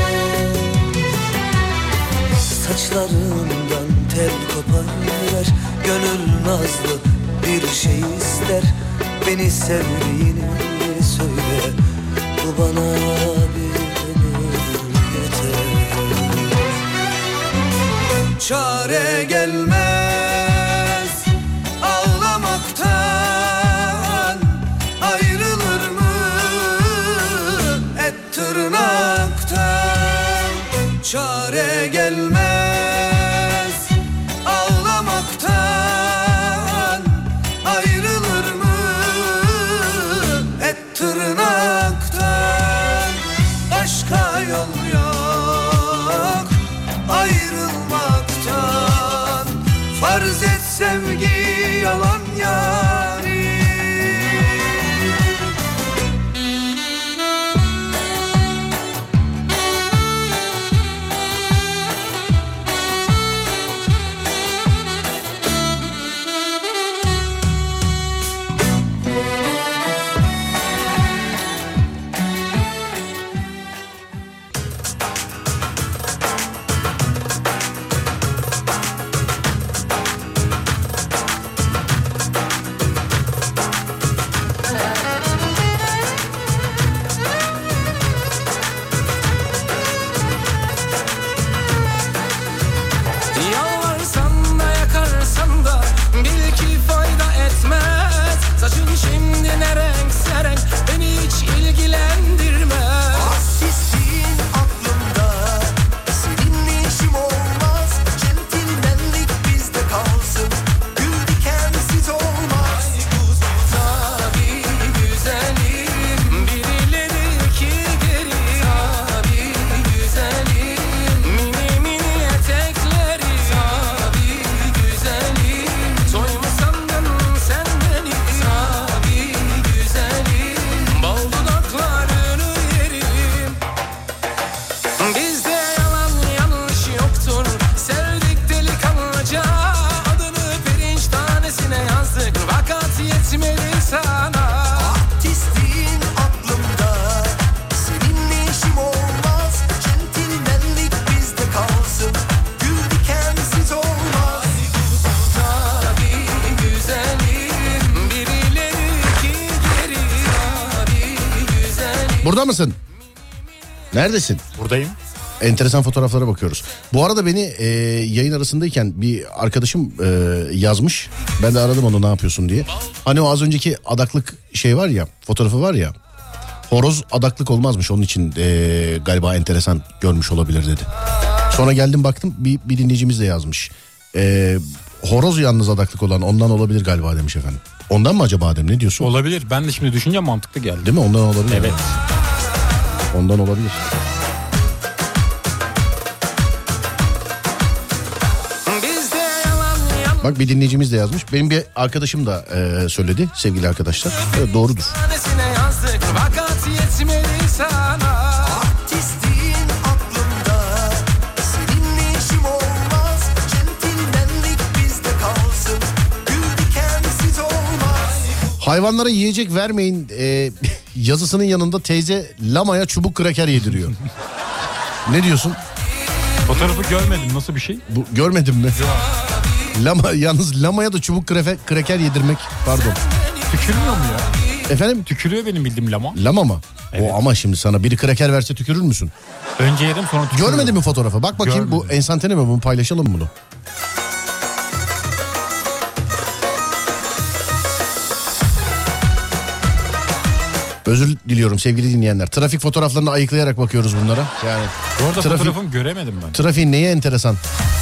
Saçlarından tel kopar ver. Gönül nazlı bir şey ister. Beni sevdiğini söyle. Bu bana bir ömür yeter. Çare gelmez ağlamaktan. Ayrılır mı et tırnaktan? Çare gelmez ağlamaktan. Ayrılır mı et tırnaktan? Başka yol yok ayrılmaktan. Farz et sevgi yalan yâri. Burada mısın? Neredesin? Buradayım. Enteresan fotoğraflara bakıyoruz. Bu arada beni e, yayın arasındayken bir arkadaşım e, yazmış. Ben de aradım onu ne yapıyorsun diye. Hani o az önceki adaklık şey var ya, fotoğrafı var ya. Horoz adaklık olmazmış, onun için e, galiba enteresan görmüş olabilir dedi. Sonra geldim baktım bir, bir dinleyicimiz de yazmış. E, horoz yalnız adaklık olan ondan olabilir galiba demiş efendim. Ondan mı acaba Adem, ne diyorsun? Olabilir. Ben de şimdi düşünce mantıklı geldi. Değil mi? Ondan olabilir. Evet. Ondan olabilir. Bak bir dinleyicimiz de yazmış. Benim bir arkadaşım da e, söyledi sevgili arkadaşlar. Evet, doğrudur. Hayvanlara yiyecek vermeyin e, yazısının yanında teyze lamaya çubuk kraker yediriyor. Ne diyorsun? Fotoğrafı görmedim, nasıl bir şey? Bu, görmedin mi? Lama, yalnız lamaya da çubuk kraker, kraker yedirmek, pardon. Tükürmüyor mu ya? Efendim? Tükürüyor benim bildiğim lama. Lama mı? Evet. O ama şimdi sana biri kraker verse tükürür müsün? Önce yerim sonra tükürüyorum. Görmedin mi fotoğrafı? Bak bakayım. Görmedim. Bu ensantane mi? Bunu paylaşalım bunu. Özür diliyorum sevgili dinleyenler. Trafik fotoğraflarını ayıklayarak bakıyoruz bunlara. Yani Bu arada trafik, fotoğrafımı göremedim ben. trafiğin neye enteresan?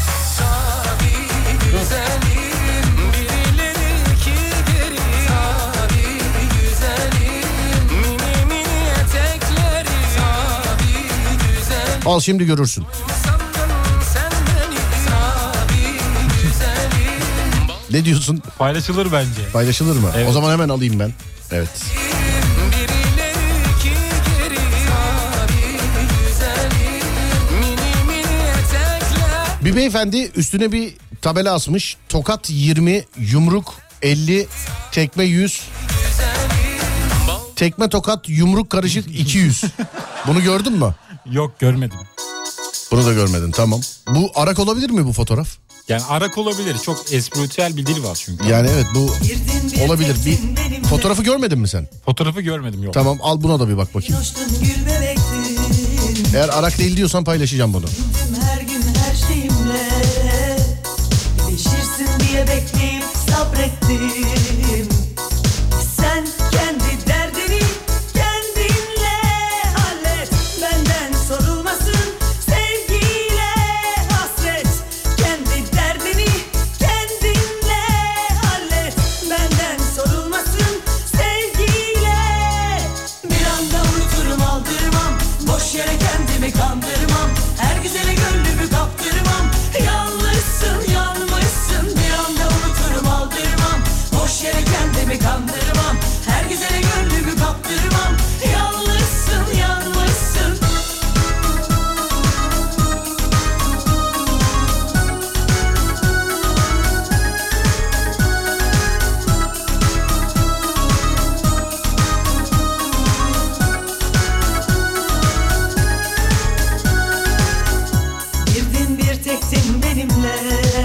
Al şimdi görürsün. Ne diyorsun? Paylaşılır bence. Paylaşılır mı? Evet. O zaman hemen alayım ben. Evet. Bir beyefendi üstüne bir tabela asmış. Tokat yirmi, yumruk elli, tekme yüz. Tekme tokat yumruk karışık iki yüz. Bunu gördün mü? Yok, görmedim. Bunu da görmedin, tamam. Bu arak olabilir mi bu fotoğraf? Yani arak olabilir. Çok espritüel bir dil var çünkü. Yani evet, bu olabilir. Bir fotoğrafı görmedin mi sen? Fotoğrafı görmedim, yok. Tamam, al buna da bir bak bakayım. Eğer arak değil diyorsan paylaşacağım bunu. Her gün her şeyimle değişirsin diye bekleyip sabrettim. Sen kendi derdini kendinle hallet. Benden sorulmasın sevgiyle hasret. Kendi derdini kendinle hallet. Benden sorulmasın sevgiyle. Bir anda unuturum aldırmam. Boş yere kendimi kandırmam. Her güzele gönlümü kaptırmam. Yanlışsın yanmışsın. Bir anda unuturum aldırmam. Boş yere kendimi kandırmam. Her güzele gönlümü kaptırmam. Yanlışsın yanmışsın. Girdin bir tektin benimle.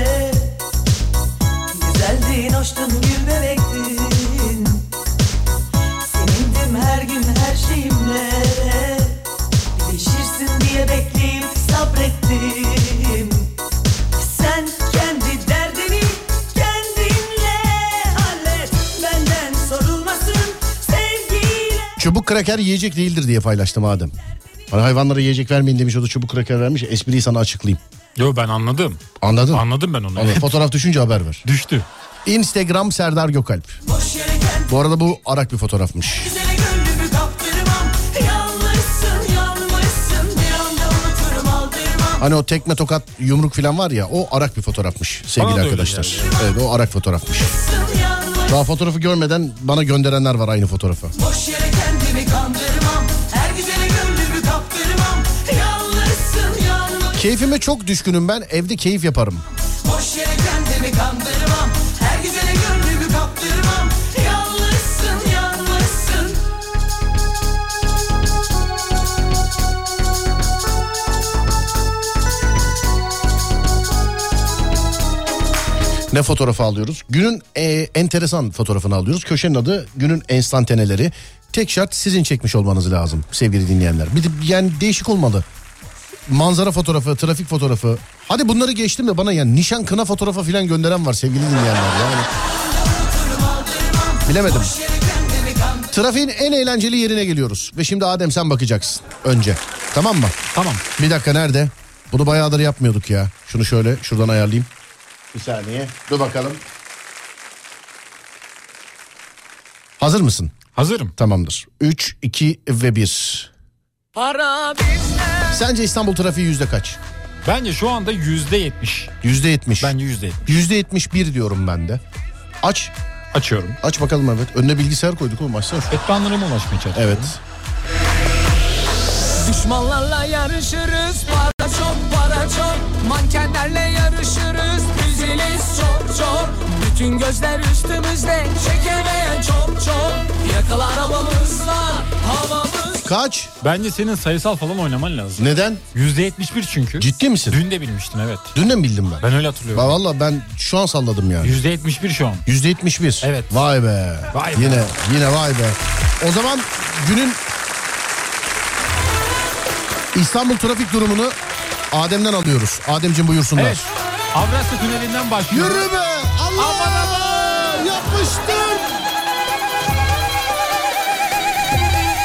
Güzeldin, hoştun, gül bebektin. Senindim her gün her şeyimle. Değişirsin diye bekleyip sabrettim. Sen kendi derdini kendinle hallet. Benden sorulmasın sevgiyle. Çubuk kraker yiyecek değildir diye paylaştım Adem. Bana hayvanlara yiyecek vermeyin demiş, o da çubuk kraker vermiş. Espriyi sana açıklayayım. Yok, ben anladım. Anladın? Anladım ben onu. Anladım. Fotoğraf düşünce haber ver. Düştü. Instagram Serdar Gökalp. Boş yere kendi Bu arada bu arak bir fotoğrafmış. güzele gönlümü kaptırmam. Yanlışsın yanmışsın. Bir anda unuturum aldırmam. Hani o tekme tokat yumruk falan var ya, o arak bir fotoğrafmış sevgili Bana da öyle arkadaşlar. geldi. Evet, o arak fotoğrafmış. Yanlış. Daha fotoğrafı görmeden bana gönderenler var aynı fotoğrafı. Boş yere kendimi kandırmam. Her güzele gönlümü kaptırmam. Yanlışsın yanlış. Keyfime çok düşkünüm ben, evde keyif yaparım. Boş yere kendimi kandırmam. Her güzele gönlümü kaptırmam. Yanlışsın yanlışsın. Ne fotoğrafı alıyoruz? Günün e, enteresan fotoğrafını alıyoruz. Köşenin adı günün enstantaneleri. Tek şart sizin çekmiş olmanız lazım sevgili dinleyenler. Bir de yani değişik olmalı. Manzara fotoğrafı, trafik fotoğrafı. Hadi bunları geçtim de bana yani nişan kına fotoğrafı falan gönderen var sevgili dinleyenler. Yani bilemedim. Trafiğin en eğlenceli yerine geliyoruz. Ve şimdi Adem sen bakacaksın önce. Tamam mı? Tamam. Bir dakika, nerede? Bunu bayağıdır yapmıyorduk ya. Şunu şöyle şuradan ayarlayayım. Bir saniye. Dur bakalım. Hazır mısın? Hazırım. Tamamdır. üç, iki ve bir. Para bizde. Sence İstanbul trafiği yüzde kaç? Bence şu anda yüzde yetmiş. Yüzde yetmiş. Bence yüzde yetmiş. Yüzde yetmiş bir diyorum ben de. Aç. Açıyorum. Aç bakalım, evet. Önüne bilgisayar koyduk oğlum, açsana. Ekranlarıma ulaşmaya çalışıyorum. Evet. Düşmanlarla yarışırız, para çok para çok. Mankenlerle yarışırız, üzeriz çok çok. Bütün gözler üstümüzde, çekemeyen çok çok. Yakalı arabamız var, havamız. Kaç? Bence senin sayısal falan oynaman lazım. Neden? yüzde yetmiş bir çünkü. Ciddi misin? Dün de bilmiştim, evet. Dün de mi bildim ben? Ben öyle hatırlıyorum. Valla ben şu an salladım yani. yüzde yetmiş bir şu an. yüzde yetmiş bir. Evet. Vay be. Vay be. Yine yine vay be. O zaman günün İstanbul trafik durumunu Adem'den alıyoruz. Ademciğim buyursunlar. Evet. Avrasya Tüneli'nden başlıyoruz. Yürü be. Allah. Aman aman. Yapmıştım.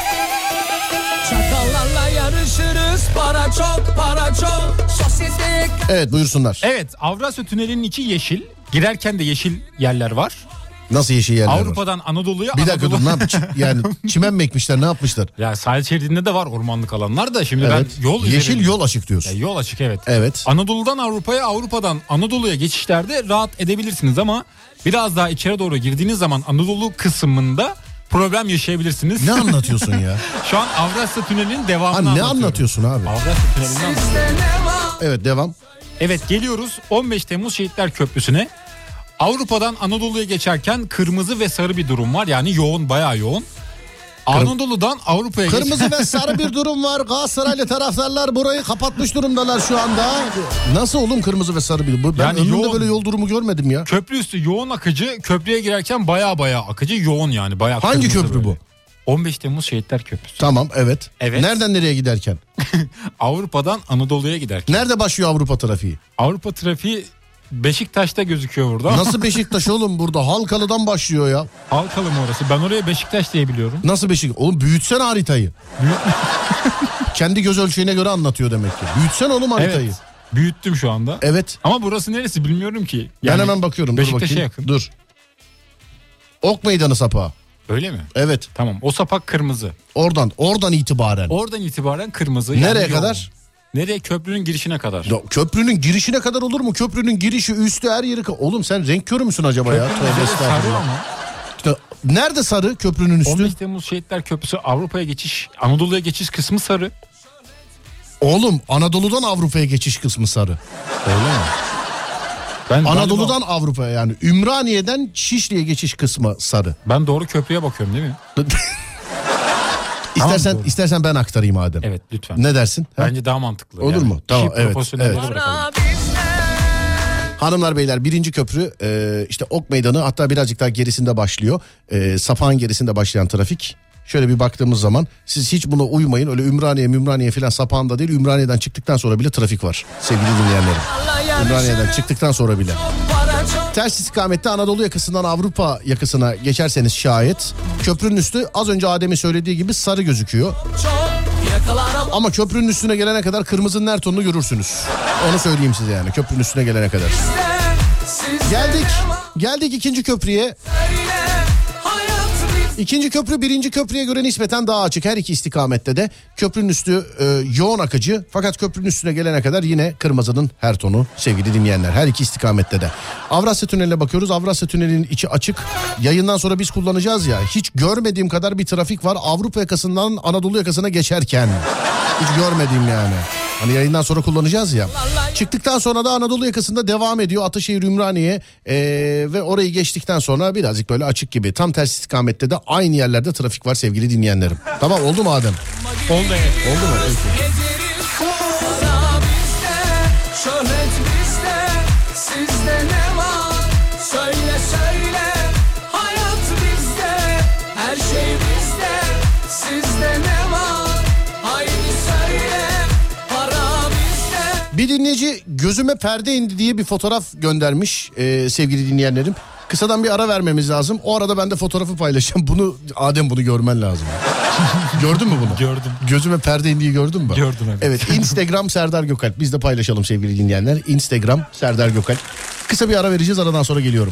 Evet, buyursunlar. Evet, Avrasya Tüneli'nin içi yeşil. Girerken de yeşil yerler var. Nasıl yeşil yerler Avrupa'dan var? Anadolu'ya. Bir dakika Anadolu... dur, ne yap? Yani çimen mi ekmişler, ne yapmışlar? Ya sahil şeridinde de var ormanlık alanlar da şimdi Evet. ben yol Yeşil üzerinde... yol açık diyorsun. Ya yol açık, evet. Evet. Anadolu'dan Avrupa'ya, Avrupa'dan Anadolu'ya geçişlerde rahat edebilirsiniz ama biraz daha içeri doğru girdiğiniz zaman Anadolu kısmında problem yaşayabilirsiniz. Ne anlatıyorsun ya? Şu an Avrasya Tüneli'nin devamını Ha, ne anlatıyorum. anlatıyorsun abi? Avrasya Tüneli'ni anlatıyorum. Evet, devam. Evet, geliyoruz on beş Temmuz Şehitler Köprüsü'ne. Avrupa'dan Anadolu'ya geçerken kırmızı ve sarı bir durum var. Yani yoğun, bayağı yoğun. Anadolu'dan Avrupa'ya geç... Kırmızı ve sarı bir durum var. Galatasaraylı taraftarlar burayı kapatmış durumdalar şu anda. Nasıl oğlum kırmızı ve sarı bir durum? Ben Yani ömrümde yoğun. böyle yol durumu görmedim ya. Köprü üstü yoğun akıcı, köprüye girerken bayağı bayağı akıcı, yoğun yani. Bayağı Hangi kırmızı köprü böyle. bu? on beş Temmuz Şehitler Köprüsü. Tamam, evet. Evet. Nereden nereye giderken? Avrupa'dan Anadolu'ya giderken. Nerede başlıyor Avrupa trafiği? Avrupa trafiği Beşiktaş'ta gözüküyor burada. Nasıl Beşiktaş oğlum, burada Halkalı'dan başlıyor ya. Halkalı mı orası? Ben oraya Beşiktaş diye biliyorum. Nasıl Beşiktaş? Oğlum büyütsen haritayı. Kendi göz ölçeğine göre anlatıyor demek ki. Büyütsen oğlum haritayı. Evet. Büyüttüm şu anda. Evet. Ama burası neresi bilmiyorum ki. Ben hemen bakıyorum. Dur Beşiktaş'a bakayım. yakın. Dur. Ok Meydanı sapağı. Öyle mi? Evet. Tamam. O sapak kırmızı. Oradan, oradan itibaren. Oradan itibaren kırmızı. Nereye yani kadar? yoğun. Nereye? Köprünün girişine kadar. Ya, köprünün girişine kadar olur mu? Köprünün girişi, üstü, her yeri... Oğlum sen renk körü müsün acaba ya? Köprünün Tövbe üzeri sarı estağfurullah. ama. İşte nerede sarı köprünün üstü? on beş Temmuz Şehitler Köprüsü Avrupa'ya geçiş, Anadolu'ya geçiş kısmı sarı. Oğlum Anadolu'dan Avrupa'ya geçiş kısmı sarı. Öyle mi? Ben Anadolu'dan Avrupa'ya, yani Ümraniye'den Şişli'ye geçiş kısmı sarı. Ben doğru köprüye bakıyorum değil mi? İstersen Tamam, doğru. istersen ben aktarayım Adem. Evet, lütfen. Ne dersin? Ha? Bence daha mantıklı. Olur yani. mu? Tamam, İşi evet, profesyonellere evet. bırakalım. Hanımlar beyler, birinci köprü e, işte Ok Meydanı, hatta birazcık daha gerisinde başlıyor. E, Sapağın gerisinde başlayan trafik. Şöyle bir baktığımız zaman siz hiç buna uymayın. Öyle Ümraniye, Ümraniye falan Sapağında değil. Ümraniye'den çıktıktan sonra bile trafik var sevgili dinleyenlerim. Ümraniye'den çıktıktan sonra bile. Ters istikamette Anadolu yakasından Avrupa yakasına geçerseniz şayet köprünün üstü az önce Adem'in söylediği gibi sarı gözüküyor. Ama köprünün üstüne gelene kadar kırmızının her tonunu görürsünüz. Onu söyleyeyim size yani, köprünün üstüne gelene kadar. Geldik. Geldik ikinci köprüye. İkinci köprü birinci köprüye göre nispeten daha açık. Her iki istikamette de köprünün üstü e, yoğun akıcı. Fakat köprünün üstüne gelene kadar yine kırmızının her tonu sevgili dinleyenler. Her iki istikamette de. Avrasya Tüneli'ne bakıyoruz. Avrasya Tüneli'nin içi açık. Yayından sonra biz kullanacağız ya. Hiç görmediğim kadar bir trafik var. Avrupa yakasından Anadolu yakasına geçerken. Hiç görmediğim yani. Hani yayından sonra kullanacağız ya. Çıktıktan sonra da Anadolu yakasında devam ediyor. Ataşehir, Ümraniye ee, ve orayı geçtikten sonra birazcık böyle açık gibi. Tam ters istikamette de aynı yerlerde trafik var sevgili dinleyenlerim. Tamam, oldu mu Adem? Oldu evet. Oldu mu? Peki. Şöhret bizde, sizde ne var? Söyle söyle, hayat bizde, her şey bizde, sizde ne var? Haydi söyle, para bizde. Bir dinleyici gözüme perde indi diye bir fotoğraf göndermiş ee, sevgili dinleyenlerim. Kısadan bir ara vermemiz lazım. O arada ben de fotoğrafı paylaşacağım. Bunu Adem, bunu görmen lazım. Gördün mü bunu? Gördüm. Gözüme perde indiği gördün mü? Gördüm, evet. Evet, Instagram Serdar Gökalp. Biz de paylaşalım sevgili dinleyenler. Instagram Serdar Gökalp. Kısa bir ara vereceğiz. Aradan sonra geliyorum.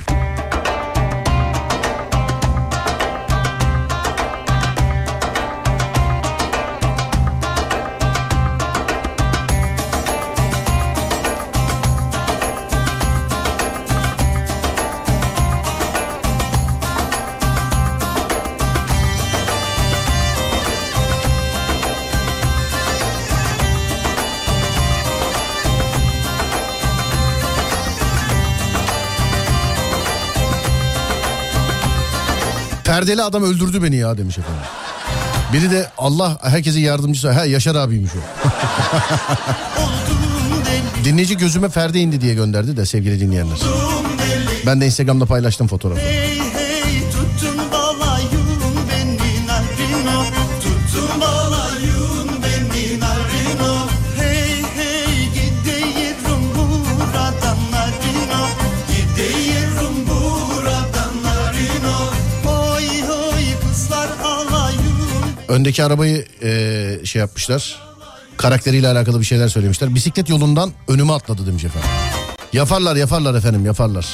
Perdeli adam öldürdü beni ya demiş efendim. Biri de Allah herkesin yardımcısı. Ha, Yaşar abiymiş o. Dinleyici gözüme perde indi diye gönderdi de sevgili dinleyenler. Ben de Instagram'da paylaştım fotoğrafı. Hey hey tutun balayın beni narino, tutun balayın beni narino. Hey hey gidiyorum buradan narino, gidiyorum buradan narino. Oy oy kızlar alayım. Öndeki arabayı e, şey yapmışlar. karakteriyle alakalı bir şeyler söylemişler. Bisiklet yolundan önüme atladı demiş efendim. Yaparlar yaparlar efendim yaparlar.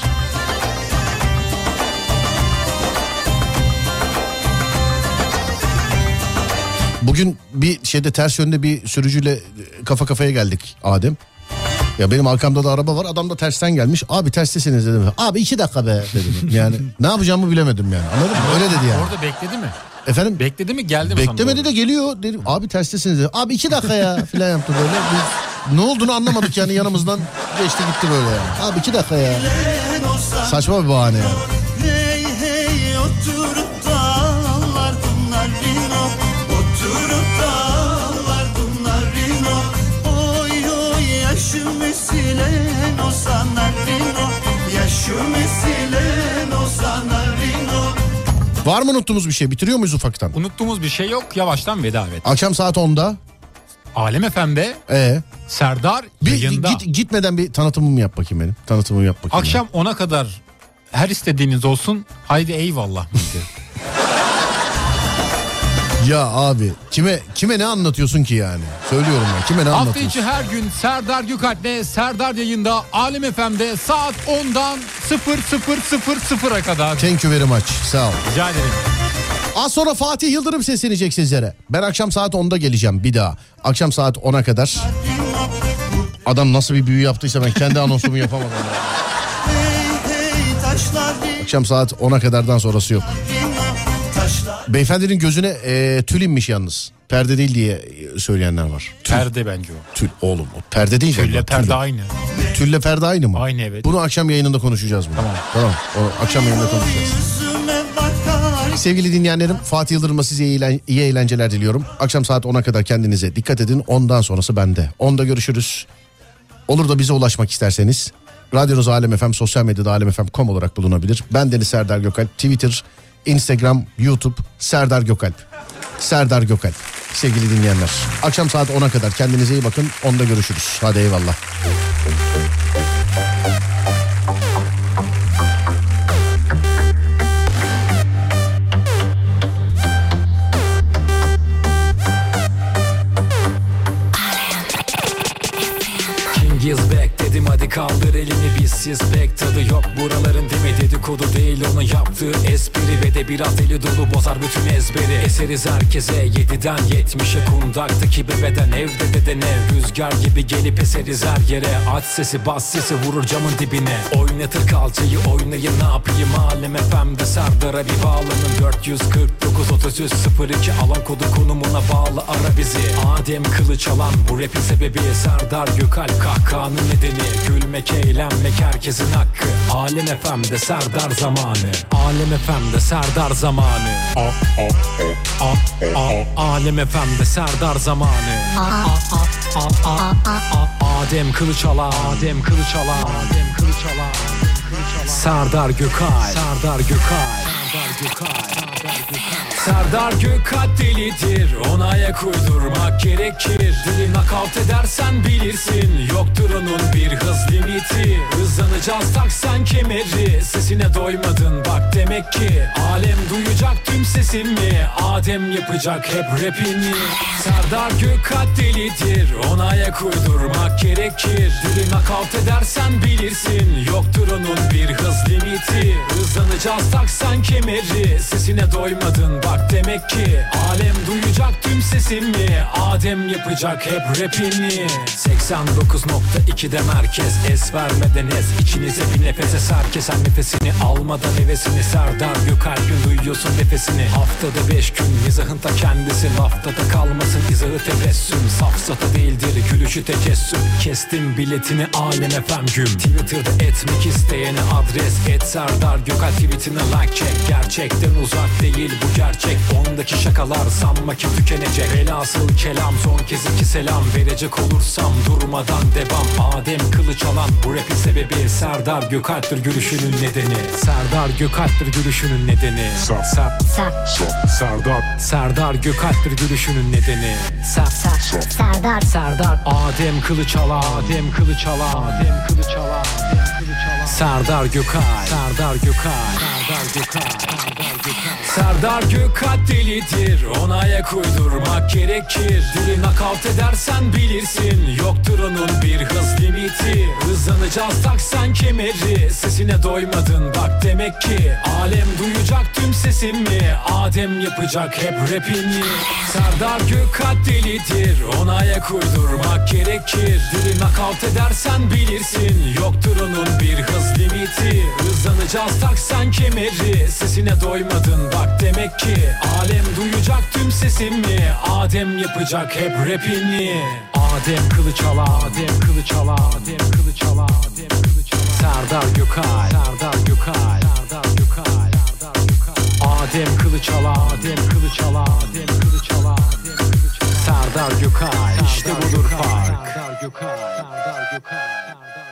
Bugün bir şeyde ters yönde bir sürücüyle kafa kafaya geldik Adem. Ya benim arkamda da araba var, adam da tersten gelmiş. Abi terstesiniz dedim. Abi iki dakika be dedim. Yani ne yapacağımı bilemedim yani, anladın mı? Öyle dedi yani. Orada bekledi mi? Efendim? Bekledi mi, geldi mi? Beklemedi de geliyor dedim. Abi terstesiniz dedi. Abi iki dakika ya filan yaptı böyle. Biz ne olduğunu anlamadık yani, yanımızdan geçti gitti böyle yani. Abi iki dakika ya. Saçma bir bahane yani. Hey hey oturup da ağlardım narino, oturup da ağlardım narino. Oy oy yaşımı silen o sanarino, yaşımı silen o sanarino. Var mı unuttuğumuz bir şey? Bitiriyor muyuz ufaktan? Unuttuğumuz bir şey yok. Yavaştan veda et. Akşam saat onda. Alem F M'de Ee, Serdar bir yayında. git, gitmeden bir tanıtımımı yap bakayım benim. Tanıtımımı yap bakayım. Akşam ona kadar her istediğiniz olsun. Haydi eyvallah mıydı? Ya abi kime kime ne anlatıyorsun ki yani? Söylüyorum ya, kime ne Hafta anlatıyorsun? içi her gün Serdar Gökalp'le Serdar yayında Alem F M'de saat ondan sıfır sıfır sıfır sıfıra kadar. Thank you very much. Sağ ol. Rica ederim. Az sonra Fatih Yıldırım seslenecek sizlere. Ben akşam saat onda geleceğim bir daha. Akşam saat ona kadar. Adam nasıl bir büyü yaptıysa ben kendi anonsumu yapamadım. Akşam saat ona kadardan sonrası yok. Beyefendinin gözüne e, tül inmiş yalnız. Perde değil diye söyleyenler var. Tül. Perde bence o. Tül oğlum o perde değil. Tülle galiba, perde tül. aynı. Tülle perde aynı mı? Aynı, evet. Bunu akşam yayınında konuşacağız bunu. Tamam. Tamam. O akşam yayında konuşacağız. Sevgili dinleyenlerim, Fatih Yıldırım'a size iyi, eğlen- iyi eğlenceler diliyorum. Akşam saat ona kadar kendinize dikkat edin. Ondan sonrası bende. Onda görüşürüz. Olur da bize ulaşmak isterseniz radyonuz Alem F M, sosyal medyada alem f m nokta com olarak bulunabilir. Ben Deniz Serdar Gökalp. Twitter, Instagram, YouTube Serdar Gökalp. Serdar Gökalp. Sevgili dinleyenler, akşam saat ona kadar kendinize iyi bakın. Onda görüşürüz. Hadi eyvallah. King is back dedim hadi kaldır elini, bizsiz pek tadı yok buraların değil mi? Dedikodu değil onun yaptığı espri ve de biraz deli dolu bozar bütün ezberi. Eseriz herkese yediden yetmişe, kundaktaki bebeden evde dede ne, rüzgar gibi gelip eseriz her yere. Aç sesi bas sesi vurur camın dibine, oynatır kalçayı oynayın ne yapayım. Alem F M'de Serdar'a bir bağlanın, dört yüz kırk dokuz otuz üç sıfır iki alan kodu konumuna bağlı ara bizi. Adem kılıç alan bu rapin sebebi, Serdar Gökalp kahkahanın nedeni, gülmek eğlenmek herkesin hakkı. Alem F M'de Serdar zamanı, Alem F M'de Serdar zamanı. A, a, a, a, a, Alem F M'de Serdar zamanı. A, a, a, a, a, a, Adem kılıç alan, Adem kılıç alan, Adem kılıç alan. Serdar Gökalp, Serdar Gökalp, Serdar Gökalp. Serdar Gökalp delidir, ona ayak uydurmak gerekir. Dili nakavt edersen bilirsin, yoktur onun bir hız limiti. Hızlanacağız tak sen kemeri, sesine doymadın bak demek ki. Alem duyacak tüm sesimi, Adem yapacak hep rapini. Serdar Gökalp delidir, ona ayak uydurmak gerekir. Dili nakavt edersen bilirsin, yoktur onun bir hız limiti. Hızlanacağız tak sen kemeri, sesine doymadın bak demek ki. Alem duyacak tüm sesimi, Adem yapacak hep rapini. seksen dokuz nokta ikide merkez, es vermeden ez içinize bir nefes. Herkes sen nefesini almadan hevesini, Serdar Gökalp'in duyuyorsun nefesini. Haftada beş gün mizahın ta kendisi, haftada kalmasın izahı tebessüm. Safsata değildir gülüşü tekessüm, kestim biletini Alem F M güm. Twitter'da etmek isteyene adres et Serdar Gökalp, tweetine like çek. Gerçekten uzak değil bu gerçek, ondaki şakalar sanma ki tükenecek. Velhasıl kelam son kez iki selam verecek olursam durmadan devam. Adem kılıç alan bu rapin sebebi, Serdar Gökalp'tir gülüşünün nedeni. Serdar Gökalp'tir gülüşünün nedeni. Ser, ser, ser, Serdar Serdar Gökalp'tir gülüşünün nedeni. Ser, ser, Serdar Serdar Adem kılıç alan, Adem kılıç alan, Adem kılıç alan, Adem kılıç alan. Serdar Gökalp, Serdar Gökalp. Serdar Gökalp delidir, ona ayak uydurmak gerekir. Dili nakavt edersen bilirsin, yoktur onun bir hız limiti. Hızlanacağız taksan kemeri, sesine doymadın bak demek ki. Alem duyacak tüm sesimi, Adem yapacak hep rapini. Serdar Gökalp delidir, ona ayak uydurmak gerekir. Dili nakavt edersen bilirsin, yoktur onun bir hız limiti. Hızlanacağız taksan kemeri, sesine doymadın bak demek ki. Alem duyacak tüm sesimi, Adem yapacak hep rapini. Adem Kılıçala, Adem Kılıçala, Adem Kılıçala, Adem Kılıçala. Serdar Gökalp, Serdar Gökalp, Serdar Gökalp, Serdar Gökalp. Adem Kılıçala, Adem Kılıçala, Adem Kılıçala, Adem Kılıçala. Serdar Gökalp, işte budur fark. Serdar Gökalp, Serdar Gökalp.